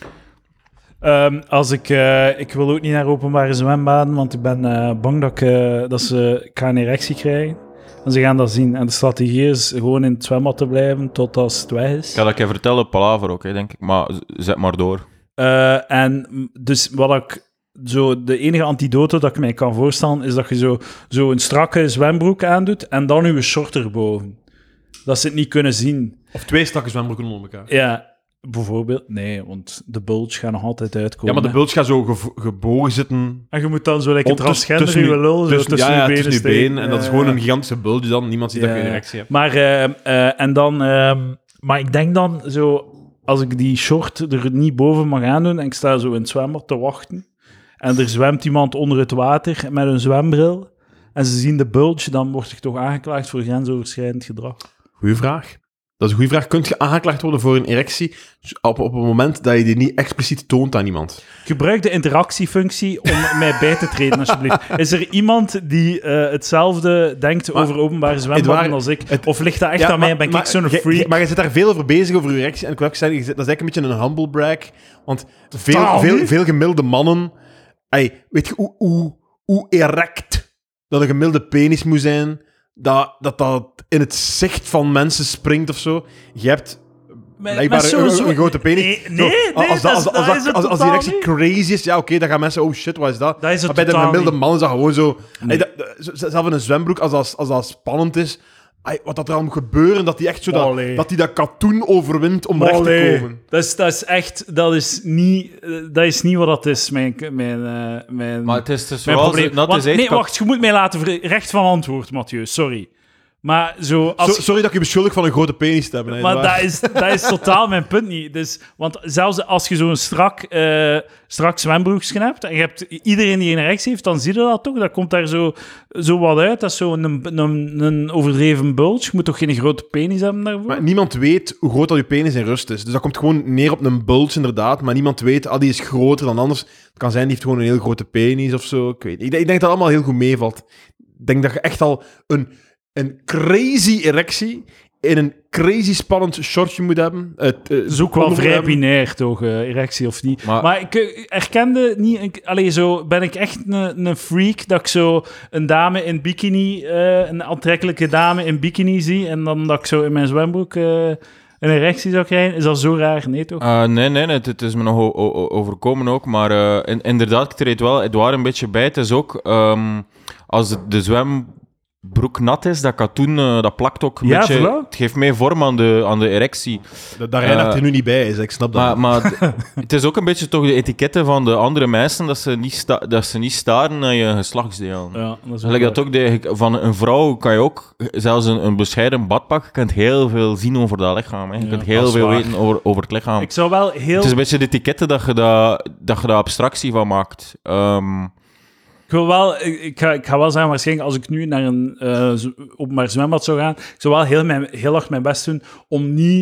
Ehm, als ik, eh, ik wil ook niet naar openbare zwembaden, want ik ben eh, bang dat, ik, eh, dat ze ik ga een erectie krijgen. En ze gaan dat zien. En de strategie is gewoon in het zwembad te blijven tot als het weg is. Ik ga dat je vertellen op Palaver ook, hè, denk ik. Maar z- zet maar door. Eh, en m- dus wat ik zo de enige antidote dat ik mij kan voorstellen is dat je zo, zo een strakke zwembroek aandoet en dan je short erboven. Dat ze het niet kunnen zien. Of twee strakke zwembroeken onder elkaar. Ja, bijvoorbeeld. Nee, want de bulge gaat nog altijd uitkomen. Ja, maar de hè. bulge gaat zo gevo- gebogen zitten. En je moet dan zo like een Ont- tussen- transgender tussen in je je- lul zo Tussen, tussen ja, ja, je benen tussen je steken. benen. En dat is Ja, gewoon ja. een gigantische bulge dan. Niemand ziet dat je Ja, een ja. erectie hebt. Maar, eh, eh, en dan, ehm, maar ik denk dan zo, als ik die short er niet boven mag aandoen en ik sta zo in het zwembad te wachten en er zwemt iemand onder het water met een zwembril en ze zien de bulge, dan word ik toch aangeklaagd voor grensoverschrijdend gedrag. Goeie vraag. Dat is een goede vraag. Kunt je aangeklaagd worden voor een erectie op, op het moment dat je die niet expliciet toont aan iemand? Gebruik de interactiefunctie om mij bij te treden, alsjeblieft. Is er iemand die eh, hetzelfde denkt Maar, over openbare zwembaden Edouard, als ik? het- Of ligt dat echt Ja, aan mij? maar- Ben maar ik zo'n jij- freak? jij- Maar je zit daar veel over bezig, over je erectie. En ik wil ook zeggen, je zit- dat is eigenlijk een beetje een humble brag. Want veel, Totaal veel, niet. veel gemiddelde mannen... Ey, weet je hoe, hoe, hoe erect dat een gemiddelde penis moet zijn? Dat, dat dat in het zicht van mensen springt of zo. Je hebt... Met- blijkbaar met een, zo'n- een, een grote penis. Nee, Zo, nee, nee, als, dat als, is- als, dat als, is het als, als die totaal erectie niet. crazy is, ja, oké, dan gaan mensen, oh shit, wat is dat? Dat is het maar bij de totaal gemiddelde niet. mannen is dat gewoon zo... Nee. Ey, dat, dat- z- zelf in een zwembroek, als dat, als dat spannend is... Ey, wat dat er al moet gebeuren, dat die echt zo dat, Allee. dat, die dat katoen overwint om recht te Allee. komen. Dat is, dat is echt, dat is niet, eh, dat is niet wat dat is, mijn, mijn, eh, mijn, Maar het is dus mijn vooral... probleem. Dat Want- is echt nee, kap- wacht, je moet mij laten ver- recht van antwoord, Mathieu, sorry. Maar zo, als... Zo- sorry dat ik je beschuldig van een grote penis te hebben. hè, Maar waar. dat is, dat is totaal mijn punt niet. Dus, want zelfs als je zo'n strak, eh strak zwembroekje hebt en je hebt iedereen die een erectie heeft, dan zie je dat toch. Dat komt daar zo, zo wat uit. Dat is zo'n een, een, een overdreven bulge. Je moet toch geen grote penis hebben daarvoor? Maar niemand weet hoe groot dat je penis in rust is. Dus dat komt gewoon neer op een bulge, inderdaad. Maar niemand weet, ah, die is groter dan anders. Het kan zijn, die heeft gewoon een heel grote penis of zo. Ik weet niet. Ik, denk- ik denk dat het allemaal heel goed meevalt. Ik denk dat je echt al een, een crazy erectie in een crazy spannend shortje moet hebben. Het uh, Dat is ook wel vrij binair, toch, eh, erectie of niet. Maar, Maar- ik eh, erkende niet... Ik, allee, zo ben ik echt een, een freak dat ik zo een dame in bikini, eh, een aantrekkelijke dame in bikini zie en dan dat ik zo in mijn zwembroek eh, een erectie zou krijgen. Is dat zo raar? Nee, toch? Uh, nee, nee, nee, het, het is me nog o- o- overkomen ook. Maar uh, in, inderdaad, ik treed wel Edouard een beetje bij. Het is ook, um, als de, de zwembroek nat is, dat katoen, uh, dat plakt ook een Ja, beetje... voilà. Het geeft meer vorm aan de, aan de erectie. Dat, daar Reinhard Uh, er nu niet bij is, ik snap dat. Maar, maar d- het is ook een beetje toch de etiketten van de andere mensen, dat ze niet, sta, dat ze niet staren naar je geslachtsdeel. Ja, dat is Gelijk dat ook de, van een vrouw kan je ook, zelfs een, een bescheiden badpak, je kunt heel veel zien over dat lichaam. Hè. Je Ja, kunt dat heel is veel waar. weten over, over het lichaam. Ik zou wel heel... Het is een beetje de etiketten dat je daar dat je daar abstractie van maakt. Ehm, Ik wil wel, ik, ik ga, ik ga wel zeggen, waarschijnlijk als ik nu naar een uh, openbaar zwembad zou gaan, ik zou wel heel, mijn, heel hard mijn best doen om niet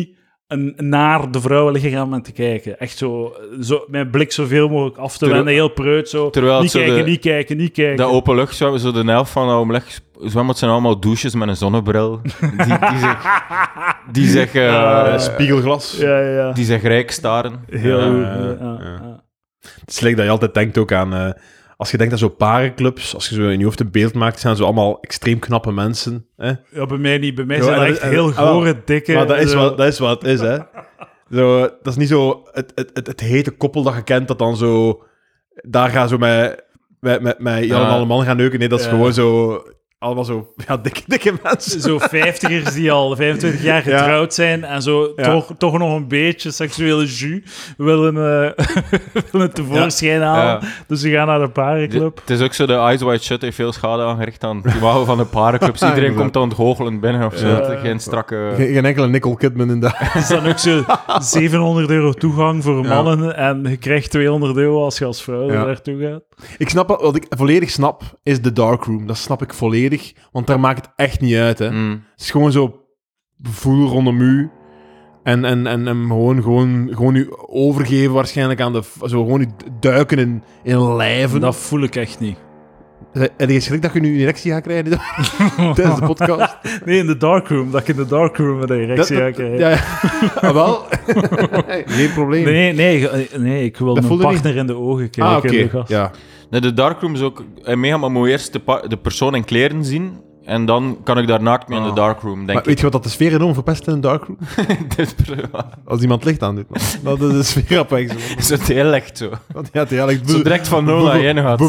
een, naar de vrouwenlichaam aan te kijken. Echt zo, zo mijn blik zoveel mogelijk af te Terwijl- wenden, heel preut zo. terwijl Niet zo kijken, de- niet kijken, niet kijken. De openluchtzwemmen, zo de helft van de openlucht zwembad zijn allemaal douches met een zonnebril. Die, die zich, die zich, eh, Ja. Spiegelglas. Ja, ja, ja. die zich rijk staren. Heel Ja, goed. ja, Ja, ja. ja. Het is leuk dat je altijd denkt ook aan... eh, als je denkt aan zo'n parenclubs, als je zo in je hoofd een beeld maakt, zijn ze allemaal extreem knappe mensen. Hè? Ja, bij mij niet. Bij mij Ja, zijn en- dat echt en- heel ah, wel. gore, dikke... Maar dat is, zo- wat, dat is wat het is, hè. Zo, dat is niet zo het, het, het, het hete koppel dat je kent, dat dan zo... Daar gaan zo met, met, met, met Jan en Ja. alle man gaan neuken. Nee, dat is Ja. gewoon zo... Allemaal zo ja, dikke, dikke mensen. Zo vijftigers die al vijfentwintig jaar Ja. getrouwd zijn en zo Ja. toch, toch nog een beetje seksuele jus willen, uh, willen tevoorschijn halen. Ja. Dus ze gaan naar de parenclub. Het is ook zo, de Eyes Wide Shut heeft veel schade aangericht aan het imago van de parenclubs. Iedereen inderdaad. komt dan goochelen binnen of zo. Ja. Geen strakke... Geen, geen enkele Nicole Kidman in daar. Het is dan ook zo zevenhonderd euro toegang voor Ja. mannen en je krijgt tweehonderd euro als je als vrouw Ja. er naartoe gaat. Ik snap, wat ik volledig snap, is de darkroom. Dat snap ik volledig, want daar maakt het echt niet uit, hè. Mm. Het is gewoon zo voel rondom u. En, en, en, en gewoon, gewoon, gewoon u overgeven waarschijnlijk aan de... Zo gewoon u duiken in, in lijven. Dat voel ik echt niet. Heb je schrik dat je nu een erectie gaat krijgen tijdens de podcast? Nee, in de darkroom. Dat ik in de darkroom met een erectie ga krijgen. Ja, ja. Ah, wel. Geen probleem. Nee, nee, ge- nee, ik wil Dat mijn voelde niet. partner in de ogen kijken. ah, oké. de gast. Ja. Nee, de darkroom is ook eh, mega, maar moet eerst de, pa- de persoon in kleren zien. En dan kan ik daar naakt mee in de Ah. darkroom, denk Maar ik. weet je wat dat de sfeer enorm verpest in een darkroom? Dit per- Als iemand licht aan doet. Dan. Dat is de sfeer op weg. zo. Zo heel licht zo. Want ja, het is eigenlijk... Zo direct van nul naar één gaat.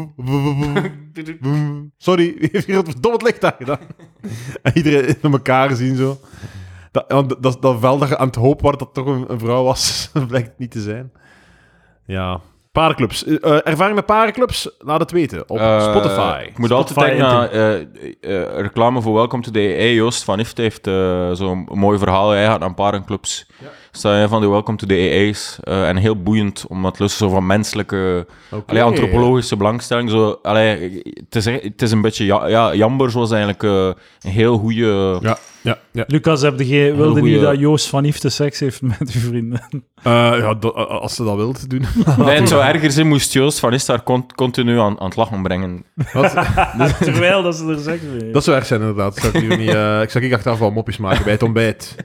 Sorry, wie heeft hier het verdomd licht aan gedaan? En iedereen in elkaar zien zo. Dat, want dat, dat vel dat je aan het hoop was dat het toch een, een vrouw was, dat blijkt niet te zijn. Ja. Parenclubs. Uh, ervaring met parenclubs? Laat het weten op Eh, Spotify. Ik moet Spotify altijd denken aan eh, eh, reclame voor Welcome to the A I. Joost van Ift heeft eh, zo'n mooi verhaal. Hij gaat naar parenclubs. Ja. Sta je van de Welcome to the A I's. eh, en heel boeiend, omdat het lust zo van menselijke, Oké. allee, antropologische belangstelling. Zo, allee, het, is, het is een beetje... Ja, ja, Jambers was eigenlijk eh, een heel goede... Ja, ja, ja. Lucas, heb je, wilde goeie- niet dat Joost van Yves de seks heeft met uw vrienden? Uh, ja dat- als ze dat wilt doen. Nee, het zou erger zijn moest Joost van Ist daar con- continu aan, aan het lachen brengen. Wat? Terwijl dat ze er seks mee heeft. Dat zou erg zijn, inderdaad. Zou ik, hier niet, uh, ik zou ik achteraf wel mopjes maken bij het ontbijt.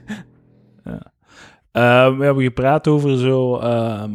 Uh, we hebben gepraat over zo ehm,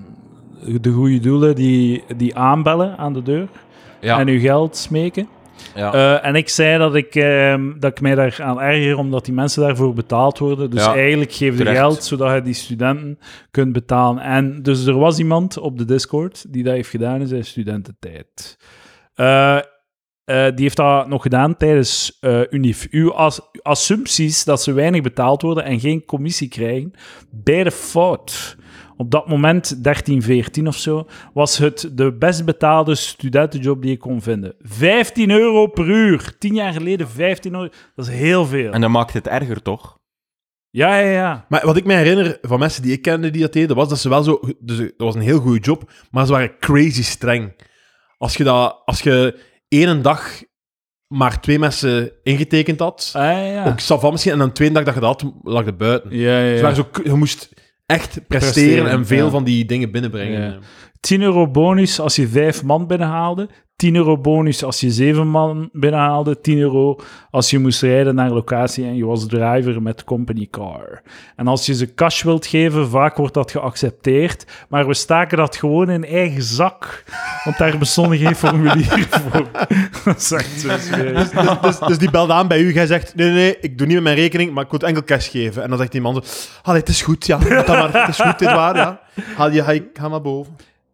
de goede doelen die, die aanbellen aan de deur Ja, en uw geld smeken. ja. Uh, en ik zei dat ik, ehm, dat ik mij daar aan erger omdat die mensen daarvoor betaald worden. Dus Ja, eigenlijk geef je terecht. geld zodat je die studenten kunt betalen. En dus er was iemand op de Discord die dat heeft gedaan in zijn studententijd. Uh, Uh, die heeft dat nog gedaan tijdens uh, Unif. Uw as- assumpties dat ze weinig betaald worden en geen commissie krijgen, beide fout. Op dat moment, dertien, veertien of zo, was het de best betaalde studentenjob die ik kon vinden. vijftien euro per uur. Tien jaar geleden vijftien euro. Dat is heel veel. En dat maakt het erger, toch? Ja, ja, ja. Maar wat ik me herinner van mensen die ik kende die dat deden, was dat ze wel zo... Dus dat was een heel goede job, maar ze waren crazy streng. Als je, dat, als je één dag maar twee mensen ingetekend had, Ah, ja. ook savan misschien, en dan de tweede dag dat je dat had, lag het buiten. Ja, ja, Ze ja. waren zo, je moest echt presteren, Presteren, en veel ja. van die dingen binnenbrengen. Ja. tien euro bonus als je vijf man binnenhaalde. tien euro bonus als je zeven man binnenhaalde. tien euro als je moest rijden naar locatie en je was driver met company car. En als je ze cash wilt geven, vaak wordt dat geaccepteerd. Maar we staken dat gewoon in eigen zak. Want daar bestonden geen formulieren voor. Dat is echt zo serieus. Dus, dus, dus die belt aan bij u, jij zegt, nee, nee, nee, ik doe niet met mijn rekening, maar ik wil enkel cash geven. En dan zegt die man zo, allee, het is goed, ja, doe dat maar, het is goed, dit waar, ja. Ga, je, ga, je- ga maar boven.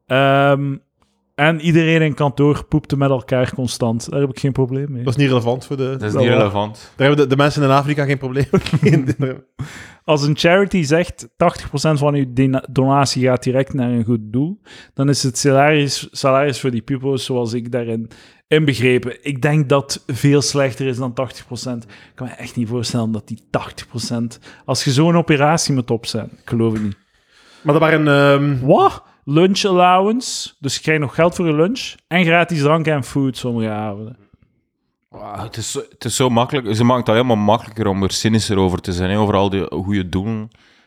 Ehm, en iedereen in kantoor poepte met elkaar constant. Daar heb ik geen probleem mee. Dat is niet relevant voor de... Dat is Dat niet wel. relevant. Daar hebben de, de mensen in Afrika geen probleem mee. Als een charity zegt tachtig procent van uw dina- donatie gaat direct naar een goed doel, dan is het salaris, salaris voor die pupils zoals ik daarin inbegrepen. Ik denk dat veel slechter is dan tachtig procent. Ik kan me echt niet voorstellen dat die tachtig procent... Als je zo'n operatie moet opzetten, ik geloof het niet. Maar dat waren... ehm, Wat? Lunch allowance, dus je krijgt nog geld voor je lunch en gratis drank en food sommige avonden. Wow, het, is zo, het is zo makkelijk. Ze maken het alleen maar makkelijker om er cynischer over te zijn. Hè, over al die goede doelen.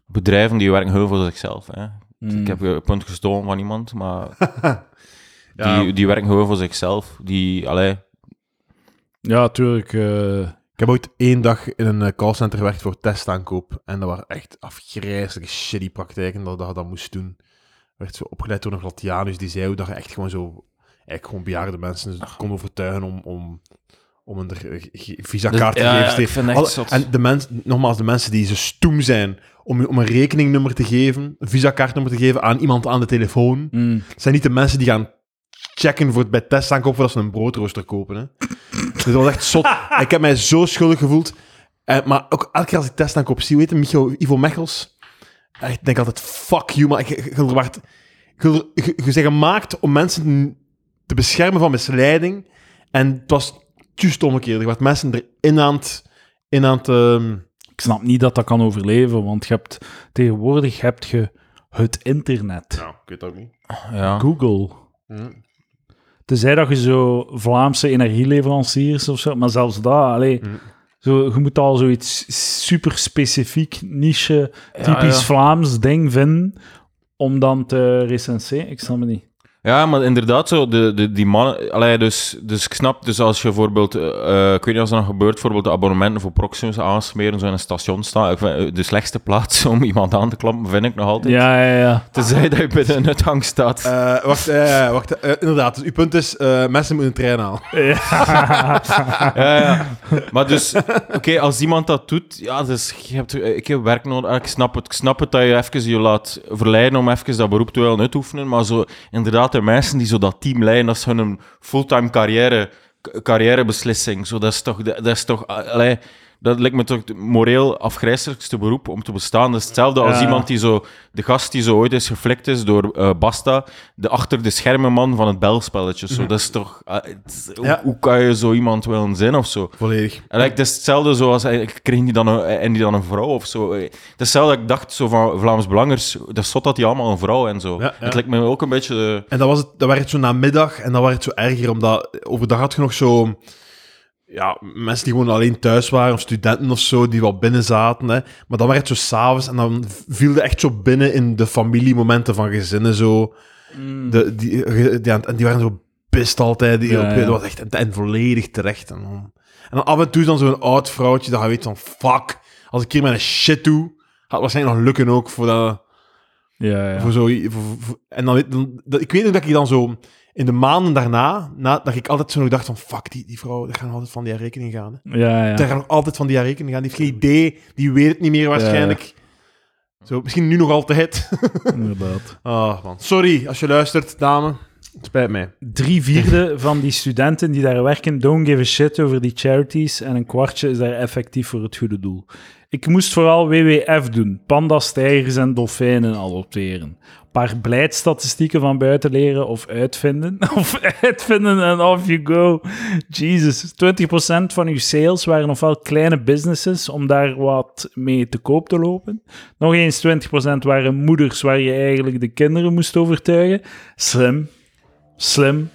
bedrijven die werken heel voor zichzelf. Hè. Mm. Ik heb een punt gestolen van iemand, maar Ja. die, die werken gewoon voor zichzelf. Die, allee, Ja, tuurlijk. eh, Ik heb ooit één dag in een eh, callcenter gewerkt voor testaankoop. En dat waren echt afgrijzelijke shitty praktijken dat, dat je dat moest doen. Werd zo opgeleid door een Glatianus die zei hoe dat je echt gewoon zo... Eigenlijk gewoon bejaarde mensen kon overtuigen om, om, om een eh, g- visa-kaart Dus- te ja, geven. ja, ik vind echt Alle- zot. En de mens, nogmaals, de mensen die zo stoem zijn om, om een rekeningnummer te geven, een visa-kaartnummer te geven aan iemand aan de telefoon, mm. zijn niet de mensen die gaan checken voor het bij testaankoop voordat ze een broodrooster kopen. Hè. Dus dat was echt zot. Ik heb mij zo schuldig gevoeld. Eh, maar ook elke keer als ik testaankoop zie, weet je, Micho, Ivo Mechels, eh, ik denk altijd, fuck you, maar je, je, je, wacht, je, je, je bent gemaakt om mensen te beschermen van misleiding. En het was juist omgekeerd. Je werd mensen erin aan het... In aan het ehm, Ik snap niet dat dat kan overleven, want je hebt, tegenwoordig heb je het internet. Nou, ik weet het ook niet. ja. Google. Hm. Tenzij dat je zo Vlaamse energieleveranciers of zo, maar zelfs dat, allee, Hm. zo, je moet al zoiets super specifiek, niche, typisch ja. Vlaams ding vinden om dan te recenseren. Ik snap het niet. Ja, maar inderdaad, zo, de, de, die mannen... Allee, dus, dus ik snap, dus als je bijvoorbeeld... eh, ik weet niet als dat nog gebeurt, bijvoorbeeld de abonnementen voor Proximus aansmeren, zo in een station staan. Ik vind, eh, de slechtste plaats om iemand aan te klampen, vind ik nog altijd. Ja, ja, ja. Tenzij dat je bij de uitgang staat. Eh, wacht, eh, wacht eh, inderdaad. Dus uw punt is, eh, mensen moeten een trein halen. Ja, ja. Maar dus, oké, als iemand dat doet, ja, dus je hebt, ik heb werk nodig. Ik snap het. Ik snap het dat je even je laat verleiden om even dat beroep te willen uitoefenen, maar zo, inderdaad, de mensen die zo dat team leiden, dat is hun fulltime carrière, carrièrebeslissing. Zo, dat is toch, dat is toch, allee, dat lijkt me toch het moreel afgrijzelijkste beroep om te bestaan. Dat is hetzelfde als Ja. iemand die zo, de gast die zo ooit is geflikt is door eh, Basta, de achter de schermen man van het belspelletje. Zo, dat is toch, ah, het- hoe, Ja. hoe kan je zo iemand willen zijn of zo? Volledig. En like, het is hetzelfde zoals, eh, kreeg die dan een, en die dan een vrouw of zo. Eh, Het is hetzelfde dat ik dacht zo van Vlaams Belangers, dat is zot dat die allemaal een vrouw en zo. Ja, ja. Het lijkt me ook een beetje... En dat, was het, dat werd het zo namiddag en dan werd het zo erger, omdat overdag had je nog zo... Ja, mensen die gewoon alleen thuis waren, of studenten of zo, die wat binnen zaten. Hè. Maar dan werd het zo s'avonds en dan viel je echt zo binnen in de familiemomenten van gezinnen. Zo. Mm. De, die, die, en die waren zo pist altijd. Die, Ja, op, ja. Dat was echt en, en volledig terecht. En dan, en dan af en toe dan zo'n oud vrouwtje dat je weet van, fuck, als ik hier mijn shit doe, gaat het waarschijnlijk nog lukken ook voor dat... Ja, ja. Voor zo, voor, voor- en dan, dan, dat- ik weet nog dat ik dan zo in de maanden daarna, na, dat ik altijd zo nog dacht van, fuck, die, die vrouw, daar gaan altijd van die haar rekening gaan. Hè. Ja, ja. Daar gaan nog altijd van die haar rekening gaan. Die heeft geen idee, die weet het niet meer waarschijnlijk. Zo, misschien nu nog altijd. Inderdaad. Ah, man. Sorry, als je luistert, dame. Het spijt mij. Drie vierde van die studenten die daar werken, don't give a shit over die charities en een kwartje is daar effectief voor het goede doel. Ik moest vooral W W F doen, pandas, tijgers en dolfijnen adopteren. Een paar beleidstatistieken van buiten leren of uitvinden. Of uitvinden en off you go. Jesus. twintig procent van uw sales waren ofwel kleine businesses om daar wat mee te koop te lopen. Nog eens twintig procent waren moeders waar je eigenlijk de kinderen moest overtuigen. Slim. Slim.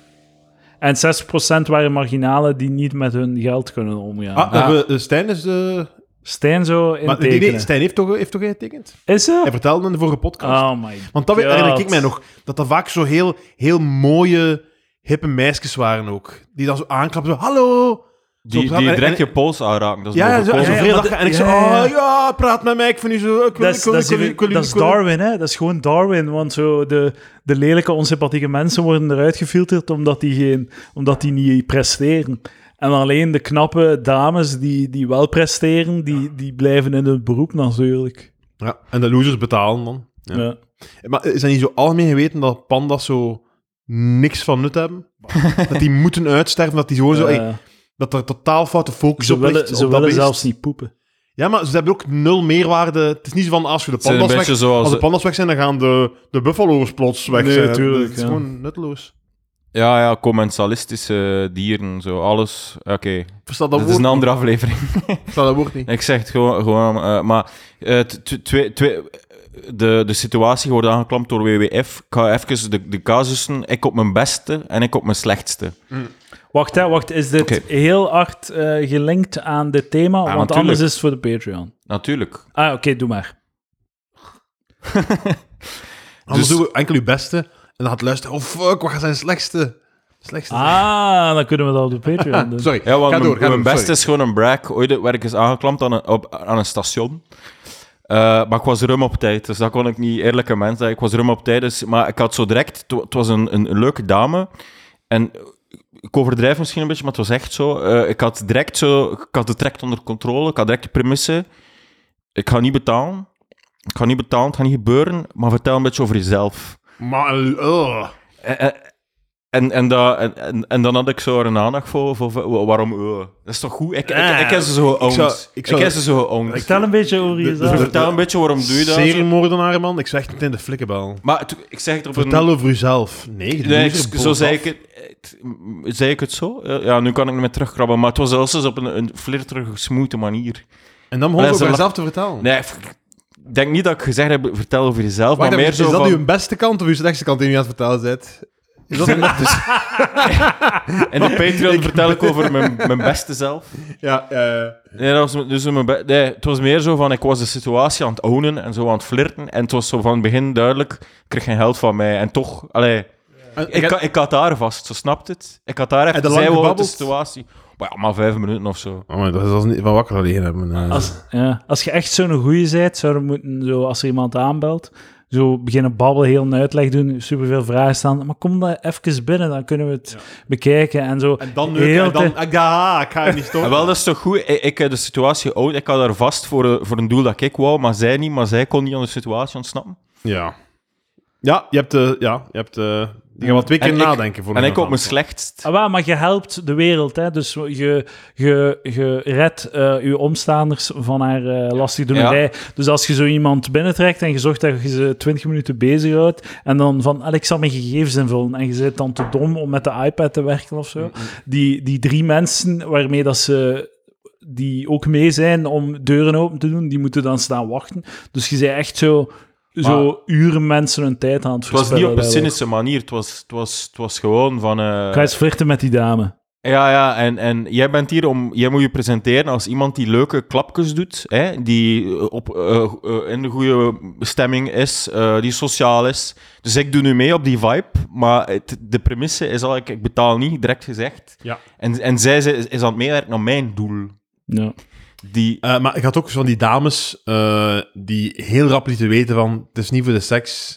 En zestig procent waren marginalen die niet met hun geld kunnen omgaan. Ah, Ja. we- de Stijn is... de Stijn zo maar, nee, intekenen. nee, Stijn heeft toch, heeft toch getekend? Is ze? Hij vertelde me in de vorige podcast. Oh my Want dat weet- God. herinner ik mij nog. Dat dat vaak zo heel, heel mooie, hippe meisjes waren ook. Die dan zo aanklappen, zo, hallo! Die, Zo, die en- direct en- je pols aanraken. Dat is Ja, ja, me zo, en zo overkomen. ja, vrij maar lachen. de- En ik zo, ja, ja. oh ja, praat met mij, ik vind u zo... Ik wil, Dat is, ik wil, dat is, ik wil, even- ik wil, dat is ik wil- Darwin, hè? Dat is gewoon Darwin. Want zo de, de lelijke, onsympathieke mensen worden eruit gefilterd omdat die, geen, omdat die niet presteren. En alleen de knappe dames die, die wel presteren, die, die blijven in het beroep natuurlijk. Ja, en de losers betalen dan. Ja. Ja. Maar is dat niet zo algemeen geweten dat panda's zo niks van nut hebben? Dat die moeten uitsterven, dat die gewoon zo... Eh, hey, dat er totaal foute focus ze op willen, ligt. ze op dat willen beest. zelfs niet poepen. Ja, maar ze hebben ook nul meerwaarde. Het is niet zo van, als je de Het zijn een panda's beetje weg... zoals... Als de panda's weg zijn, dan gaan de, de buffalo's plots weg Nee, zijn. tuurlijk, Het is ja. gewoon nutteloos. Ja, ja, commensalistische dieren, zo, alles. Oké, Ik versta dat dat is woord een niet. andere aflevering. Ik versta dat woord niet. Ik zeg het gewoon, gewoon uh, maar uh, t- twee, twee, de, de situatie wordt aangeklampt door W W F. Ik ga even de, de casussen, ik op mijn beste en ik op mijn slechtste. Wacht, hè, wacht. Is dit Oké. heel hard eh, gelinkt aan dit thema? Want natuurlijk. anders is het voor de Patreon. Natuurlijk. Ah, oké, doe maar. Anders Dus- doen we enkel je beste en dan gaat luisteren. Oh fuck, wat gaat zijn slechtste? slechtste Ah, dan kunnen we dat op de Patreon doen. Sorry, Ja, want ga mijn, door. Ga mijn door, beste sorry. is gewoon een brag. Ooit werd ik eens aangeklampt aan een, op, aan een station. Uh, maar ik was ruim op tijd, dus dat kon ik niet eerlijke mens zijn. Ik was ruim op tijd, dus, maar ik had zo direct... Het het was een, een, een leuke dame. En ik overdrijf misschien een beetje, maar het was echt zo. Uh, ik had direct zo... Ik had het direct onder controle. Ik had direct de premisse. Ik ga niet betalen. Ik ga niet betalen, het gaat niet gebeuren. Maar vertel een beetje over jezelf. Maar, uh. En, en, en, dat, en, en, en dan had ik zo een aandacht voor, voor, voor waarom... Uh, dat is toch goed? Ik, ik, ik, ik heb ze zo geowned. zou- Ik, ik zou- heb ze zo geowned. Vertel een beetje over De- jezelf. de- Vertel een beetje waarom doe je dat. zo. Seriemoordenaar, man. Ik zeg het meteen de flikkenbel. Maar het- ik zeg het op een... Vertel over uzelf. Nee, je Nee, doet er ik- boos zo zei af. ik, het, het- zei ik het zo. Ja, nu kan ik niet meer terugkrabben, maar het was zelfs eens op een, een flirterige, smoete manier. En dan begon Nee, je ze over lach- jezelf te vertellen. Nee, ik denk niet dat ik gezegd heb, vertel over jezelf, Wacht maar even, meer is zo dat van... uw beste kant of uw slechtste kant die je nu aan het vertellen bent? Is dat een dus, In de Patreon vertel ik over mijn, mijn beste zelf. ja, eh Nee, dat was, dus mijn be- nee, het was meer zo van, ik was de situatie aan het ownen en zo aan het flirten. En het was zo van het begin duidelijk, ik kreeg geen geld van mij. En toch, allee, en- ik, ik, ik had daar vast, zo snapt het. Ik had daar Heb even, je lang zij wou de gebabbeld? situatie. Maar ja, maar vijf minuten of zo. Oh, maar dat is als niet van wakker gelegen hebben. eh. Als, ja, als je echt zo'n goeie bent, zou je moeten, zo, als er iemand aanbelt, zo beginnen babbelen, heel een uitleg doen, superveel vragen stellen. Maar kom dan even binnen, dan kunnen we het bekijken en zo. En dan Heel neuken, en dan... tijd- Ik dacht, ah, ik ga je niet En stoppen. wel, dat is toch goed. Ik, ik heb de situatie oud. Ik had daar vast voor, een- voor een doel dat ik wou, maar zij niet. Maar zij kon niet aan de situatie ontsnappen. Ja. Ja, je hebt... eh ja, je hebt... eh die gaan wel twee keer En ik- nadenken. Voor En een ik op mijn antwoord. slechtst. Ah, wel, maar je helpt de wereld, hè? Dus je, je, je redt eh, je omstaanders van haar eh lastigdoenerij. Dus als je zo iemand binnentrekt en je zorgt dat je ze twintig minuten bezighoudt en dan van, "Allee, ik zal mijn gegevens invullen," en je bent dan te dom om met de iPad te werken of zo. Die, die drie mensen waarmee dat ze... die ook mee zijn om deuren open te doen, die moeten dan staan wachten. Dus je bent echt zo... Zo Maar- uren mensen hun tijd aan het Het was niet verspillen. op een eigenlijk. cynische manier. Het was, het was, het was gewoon van... eh, Ga eens flirten met die dame. Ja, ja, en, en jij bent hier om... Jij moet je presenteren als iemand die leuke klapjes doet, hè, die op, eh, eh, in de goede stemming is, eh, die sociaal is. Dus ik doe nu mee op die vibe, maar het, de premisse is al, ik, ik betaal niet, direct gezegd. Ja. En, en zij is, is aan het meewerken aan mijn doel. Ja. Die... Eh, maar ik had ook van die dames eh, die heel rap lieten weten van... Het is niet voor de seks.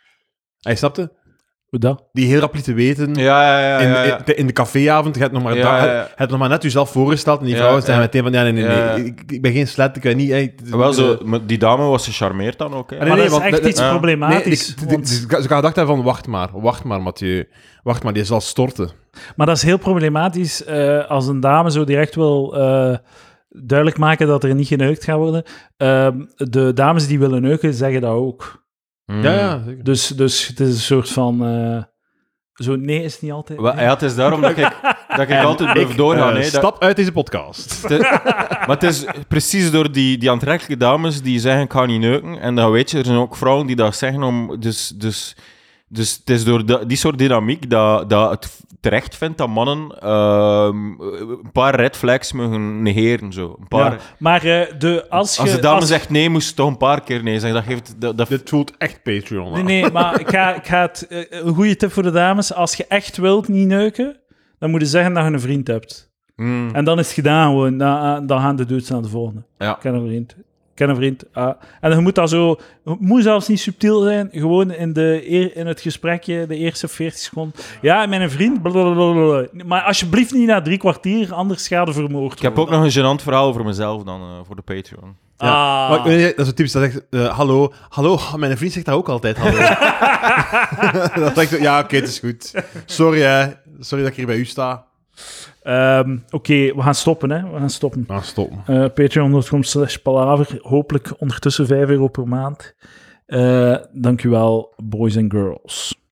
Hij snapte? Hoe dat? Die heel rap lieten weten... Ja, ja, ja. In, ja, ja. in, in de caféavond, je hebt nog maar, Ja, da- ja, ja. je hebt nog maar net jezelf voorgesteld en die Ja, vrouwen zijn ja. meteen van, ja, nee, nee, nee, Ja. ik, ik ben geen slet, ik weet niet... Hey, het is Wel niet, zo, eh, maar die dame was gecharmeerd dan ook. Hè. Nee, Maar nee, dat is want echt dat- iets ja. problematisch. nee, ik- want- ze gaan gedacht hebben van, wacht maar, wacht maar, Mathieu. Wacht maar, die zal storten. maar dat is heel problematisch eh, als een dame zo direct wil eh, duidelijk maken dat er niet geneukt gaat worden. Ehm, de dames die willen neuken, zeggen dat ook. Hmm. Ja, ja, zeker. Dus, dus het is een soort van... eh, zo, nee, is het niet altijd. Wel, nee. ja, het is daarom dat ik, dat ik altijd blijf doorgaan. Eh, hè. Dat- stap uit deze podcast. Het is- maar het is precies door die, die aantrekkelijke dames die zeggen ik ga niet neuken. En dan weet je, er zijn ook vrouwen die dat zeggen om... Dus, dus, dus het is door da- die soort dynamiek dat, dat het terecht vindt dat mannen ehm, een paar red flags mogen negeren. Zo. Een paar, Ja, maar eh, de, als je... als de dame als- zegt nee, moest ze toch een paar keer nee zeggen. Dat geeft... Dat, dat, Dit voelt echt Patreon Nee, aan. nee, maar ik ga, ik ga het... eh, een goede tip voor de dames. Als je echt wilt niet neuken, dan moet je zeggen dat je een vriend hebt. Hmm, En dan is het gedaan gewoon. Dan, dan gaan de dudes naar de volgende. ja. Ik ken een vriend. Ik ken een vriend. Ah. En je moet dat zo... Het moet zelfs niet subtiel zijn. Gewoon in, de, eer- in het gesprekje, de eerste veertig seconden. Ja, mijn vriend... blablabla. Maar alsjeblieft niet na drie kwartier, anders schade vermoord. Ik heb ook nog een gênant verhaal over mezelf dan, eh, voor de Patreon. Ja. Ah. Maar, nee, nee, dat is een typisch, dat zegt, eh, hallo, hallo, oh, mijn vriend zegt dat ook altijd, hallo. Dat denk ik, ja, oké, het is goed. Sorry, hè. Sorry dat ik hier bij u sta. Ehm, Oké, we gaan stoppen, hè. We gaan stoppen. Nou, stop. Uh, Patreon punt com slash palaver. Hopelijk ondertussen vijf euro per maand. Uh, dank u wel, boys en girls.